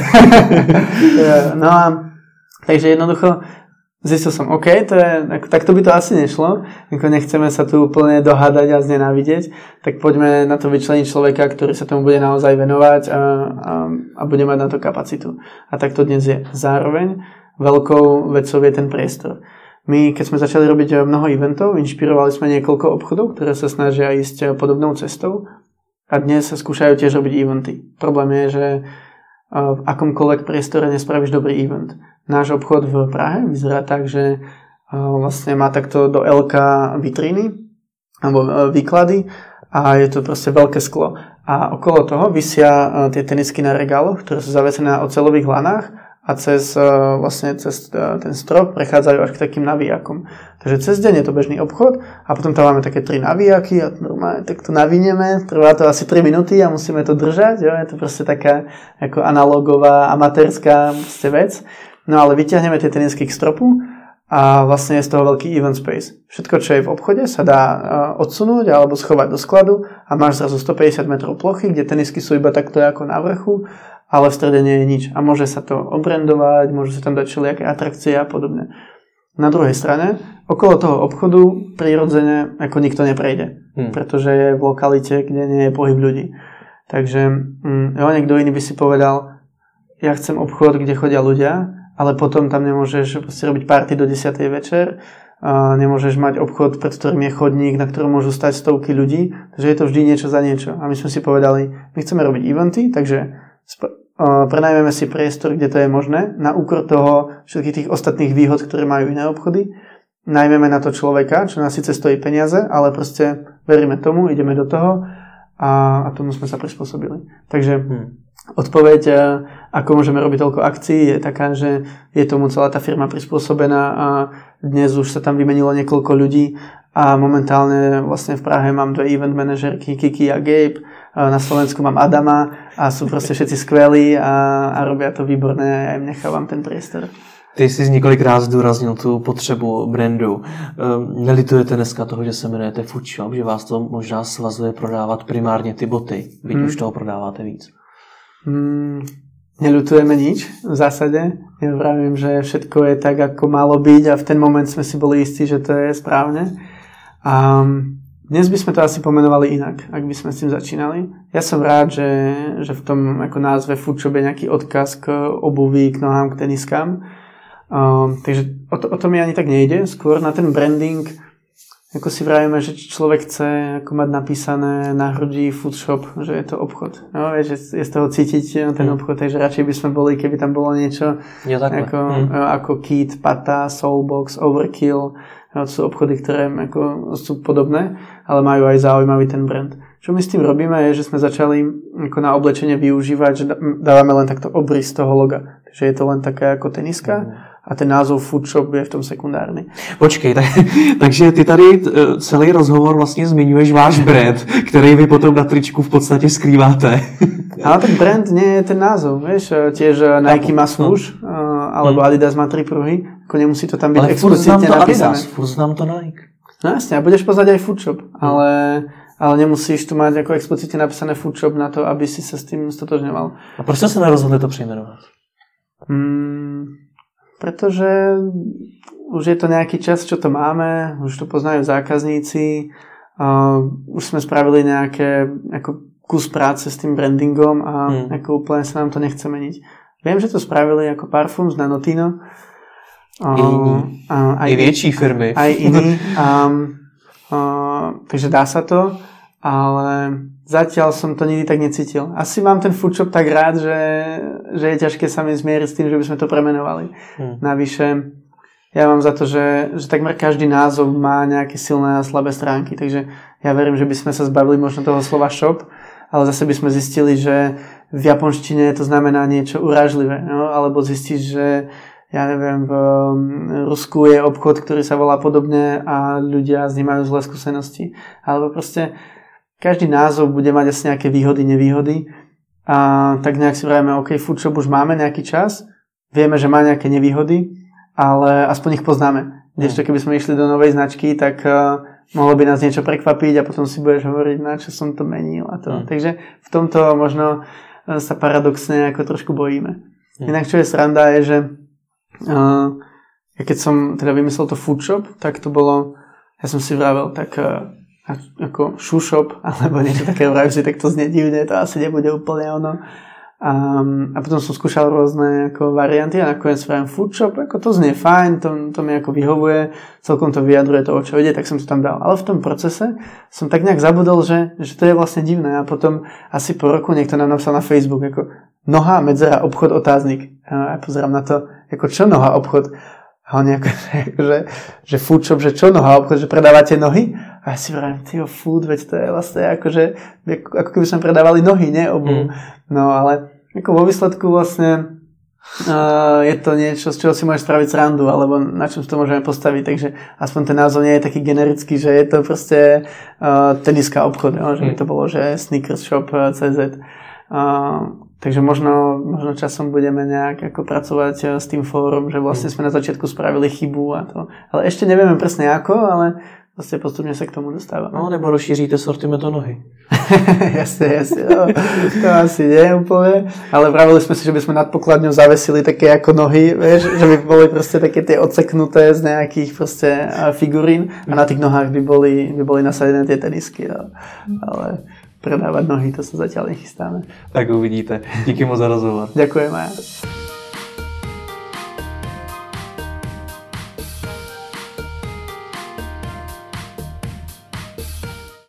No a takže jednoducho zistil som, OK, to je, tak to by to asi nešlo, ako nechceme sa tu úplne dohádať a znenávidieť, tak poďme na to vyčleniť človeka, ktorý sa tomu bude naozaj venovať a, a, a bude mať na to kapacitu. A tak to dnes je. Zároveň veľkou vecou je ten priestor. My, keď sme začali robiť mnoho eventov, inšpirovali sme niekoľko obchodov, ktoré sa snažia ísť podobnou cestou a dnes sa skúšajú tiež robiť eventy. Problém je, že v akomkoľvek priestore nespravíš dobrý event. Náš obchod v Prahe vyzerá tak, že vlastne má takto do elka vitríny alebo výklady a je to proste veľké sklo. A okolo toho visia tie tenisky na regáloch, ktoré sú zavesené na oceľových lanách a cez, vlastne cez ten strop prechádzajú až k takým navíjakom. Takže cez deň je to bežný obchod a potom tam máme také tri navíjaky a normálne tak to navíneme, trvá to asi tri minúty a musíme to držať, jo? Je to proste taká ako analogová, amatérska vec. No ale vyťahneme tie tenisky k stropu a vlastne je z toho veľký event space. Všetko, čo je v obchode, sa dá odsunúť alebo schovať do skladu a máš zrazu stopäťdesiat metrov plochy, kde tenisky sú iba takto ako na vrchu ale v strede nie je nič. A môže sa to obrandovať, môže sa tam dať všelijaké atrakcie a podobne. Na druhej strane, okolo toho obchodu prirodzene ako nikto neprejde, hmm. pretože je v lokalite, kde nie je pohyb ľudí. Takže hm, jo, niekto iný by si povedal, ja chcem obchod, kde chodia ľudia, ale potom tam nemôžeš proste robiť party do desiatej večer, a nemôžeš mať obchod, pred ktorým je chodník, na ktorom môžu stať stovky ľudí, takže je to vždy niečo za niečo. A my sme si povedali, my chceme robiť eventy, takže sp- uh, prenajmeme si priestor, kde to je možné, na úkor toho všetkých tých ostatných výhod, ktoré majú iné obchody. Najmeme na to človeka, čo nás síce stojí peniaze, ale proste veríme tomu, ideme do toho a, a tomu sme sa prispôsobili. Takže hmm. odpoveď, ako môžeme robiť toľko akcií, je taká, že je tomu celá tá firma prispôsobená a dnes už sa tam vymenilo niekoľko ľudí a momentálne vlastne v Prahe mám dve event manažerky, Kiki a Gabe, na Slovensku mám Adama a sú proste všetci skvelí a, a robia to výborné a ja im nechávam ten priestor. Ty jsi několikrát zdůraznil tu potřebu brandu. Nelitujete dneska toho, že se jmenujete Food Shop, že vás to možná svazuje prodávat primárně ty boty, byť hmm. už toho prodáváte víc? Hmm, neľutujeme nič v zásade. Ja vravím, že všetko je tak, ako malo byť a v ten moment sme si boli istí, že to je správne. A dnes by sme to asi pomenovali inak, ak by sme s tým začínali. Ja som rád, že, že v tom ako názve Food Shop je nejaký odkaz k obuví, k nohám, k teniskám. Um, takže o, to, o to mi ani tak nejde. Skôr na ten branding, ako si vravíme, že človek chce ako mať napísané na hrudi Food Shop, že je to obchod. No, že je z toho cítiť ten mm. obchod, takže radšej by sme boli, keby tam bolo niečo ako, mm. ako Kit, Pata, Soulbox, Overkill. No, to sú obchody, ktoré ako, sú podobné, ale majú aj zaujímavý ten brand. Čo my s tým robíme je, že sme začali ako na oblečenie využívať, že dávame len takto obrys toho loga. Takže je to len taká ako teniska. Mm. A ten názov Food Shop je v tom sekundárny. Počkej, tak, takže ty tady celý rozhovor vlastně zmiňuješ váš brand, který vy potom na tričku v podstatě skrýváte. Ale ten brand nie je ten názov, vieš, tiež Nike má swoosh, no. alebo Adidas má tri pruhy, ako nemusí to tam byť ale explicitne napísané. Ale furt znám to Nike. No jasne, a budeš poznať aj Food Shop, ale, ale nemusíš tu mať ako explicitne napísané Food Shop na to, aby si sa s tým stotožňoval. A proč sa nerozhodli to přejmenovat? Hmm... Pretože už je to nejaký čas, čo to máme, už to poznajú zákazníci, uh, už sme spravili nejaké ako kus práce s tým brandingom a hmm. ako úplne sa nám to nechce meniť. Viem, že to spravili ako parfum z Nanotino. Uh, I iní. Uh, aj I väčší firmy. Aj iní. Um, uh, takže dá sa to, ale zatiaľ som to nikdy tak necítil. Asi mám ten Food Shop tak rád, že, že je ťažké sa mi zmieriť s tým, že by sme to premenovali. Hmm. Navyše, ja mám za to, že, že takmer každý názov má nejaké silné a slabé stránky, takže ja verím, že by sme sa zbavili možno toho slova shop, ale zase by sme zistili, že v japonštine to znamená niečo urážlivé, no? Alebo zistíš, že ja neviem, v Rusku je obchod, ktorý sa volá podobne a ľudia z ním majú zlé skúsenosti. Alebo proste každý názov bude mať asi nejaké výhody, nevýhody a tak nejak si vravíme, OK, Food Shop už máme nejaký čas, vieme, že má nejaké nevýhody, ale aspoň ich poznáme. Kdežto keby sme išli do novej značky, tak uh, mohlo by nás niečo prekvapiť a potom si budeš hovoriť, na čo som to menil a to. Mm. Takže v tomto možno sa paradoxne ako trošku bojíme. Mm. Inak čo je sranda je, že uh, ja keď som teda vymyslel to Food Shop, tak to bolo, ja som si vravel, tak uh, ako shoe shop, alebo niečo také, vrajú si, tak to znie divne, to asi nebude úplne ono. A, a potom som skúšal rôzne ako varianty a nakoniec vravím Food Shop, ako to znie fajn, to, to mi ako vyhovuje, celkom to vyjadruje to, o čo ide, tak som to tam dal. Ale v tom procese som tak nejak zabudol, že, že to je vlastne divné a potom asi po roku niekto nám napsal na Facebook, ako noha, medzera, obchod, otáznik. A ja pozerám na to, ako čo noha, obchod. A on nejako, že, že Food Shop, že čo noha, obchod, že predávate nohy? A ja si vravím, tyjo, food, veď to je vlastne ako, že ako keby sme predávali nohy, nie obu. Mm. No ale ako vo výsledku vlastne uh, je to niečo, z čoho si môžeš spraviť srandu, alebo na čom si to môžeme postaviť, takže aspoň ten názov nie je taký generický, že je to proste uh, teniska obchod, no? Že by to bolo, že sneakers shop dot c z. Uh, takže možno, možno časom budeme nejak ako pracovať s tým fórum, že vlastne sme na začiatku spravili chybu a to. Ale ešte nevieme presne ako, ale Vlastně postupně se k tomu dostáváme. No, nebo rozšíříte sortiment o nohy. jasne, jasne, no. To asi nie úplne, ale vravili sme si, že by sme nad pokladňou zavesili také ako nohy, vieš, že by boli proste také tie odseknuté z nejakých proste figurín a na tých nohách by boli, by boli nasadené tie tenisky, no. Ale predávať nohy, to sa zatiaľ nechystáme. Tak uvidíte. Díky moc za rozhovor. Ďakujem, Maja.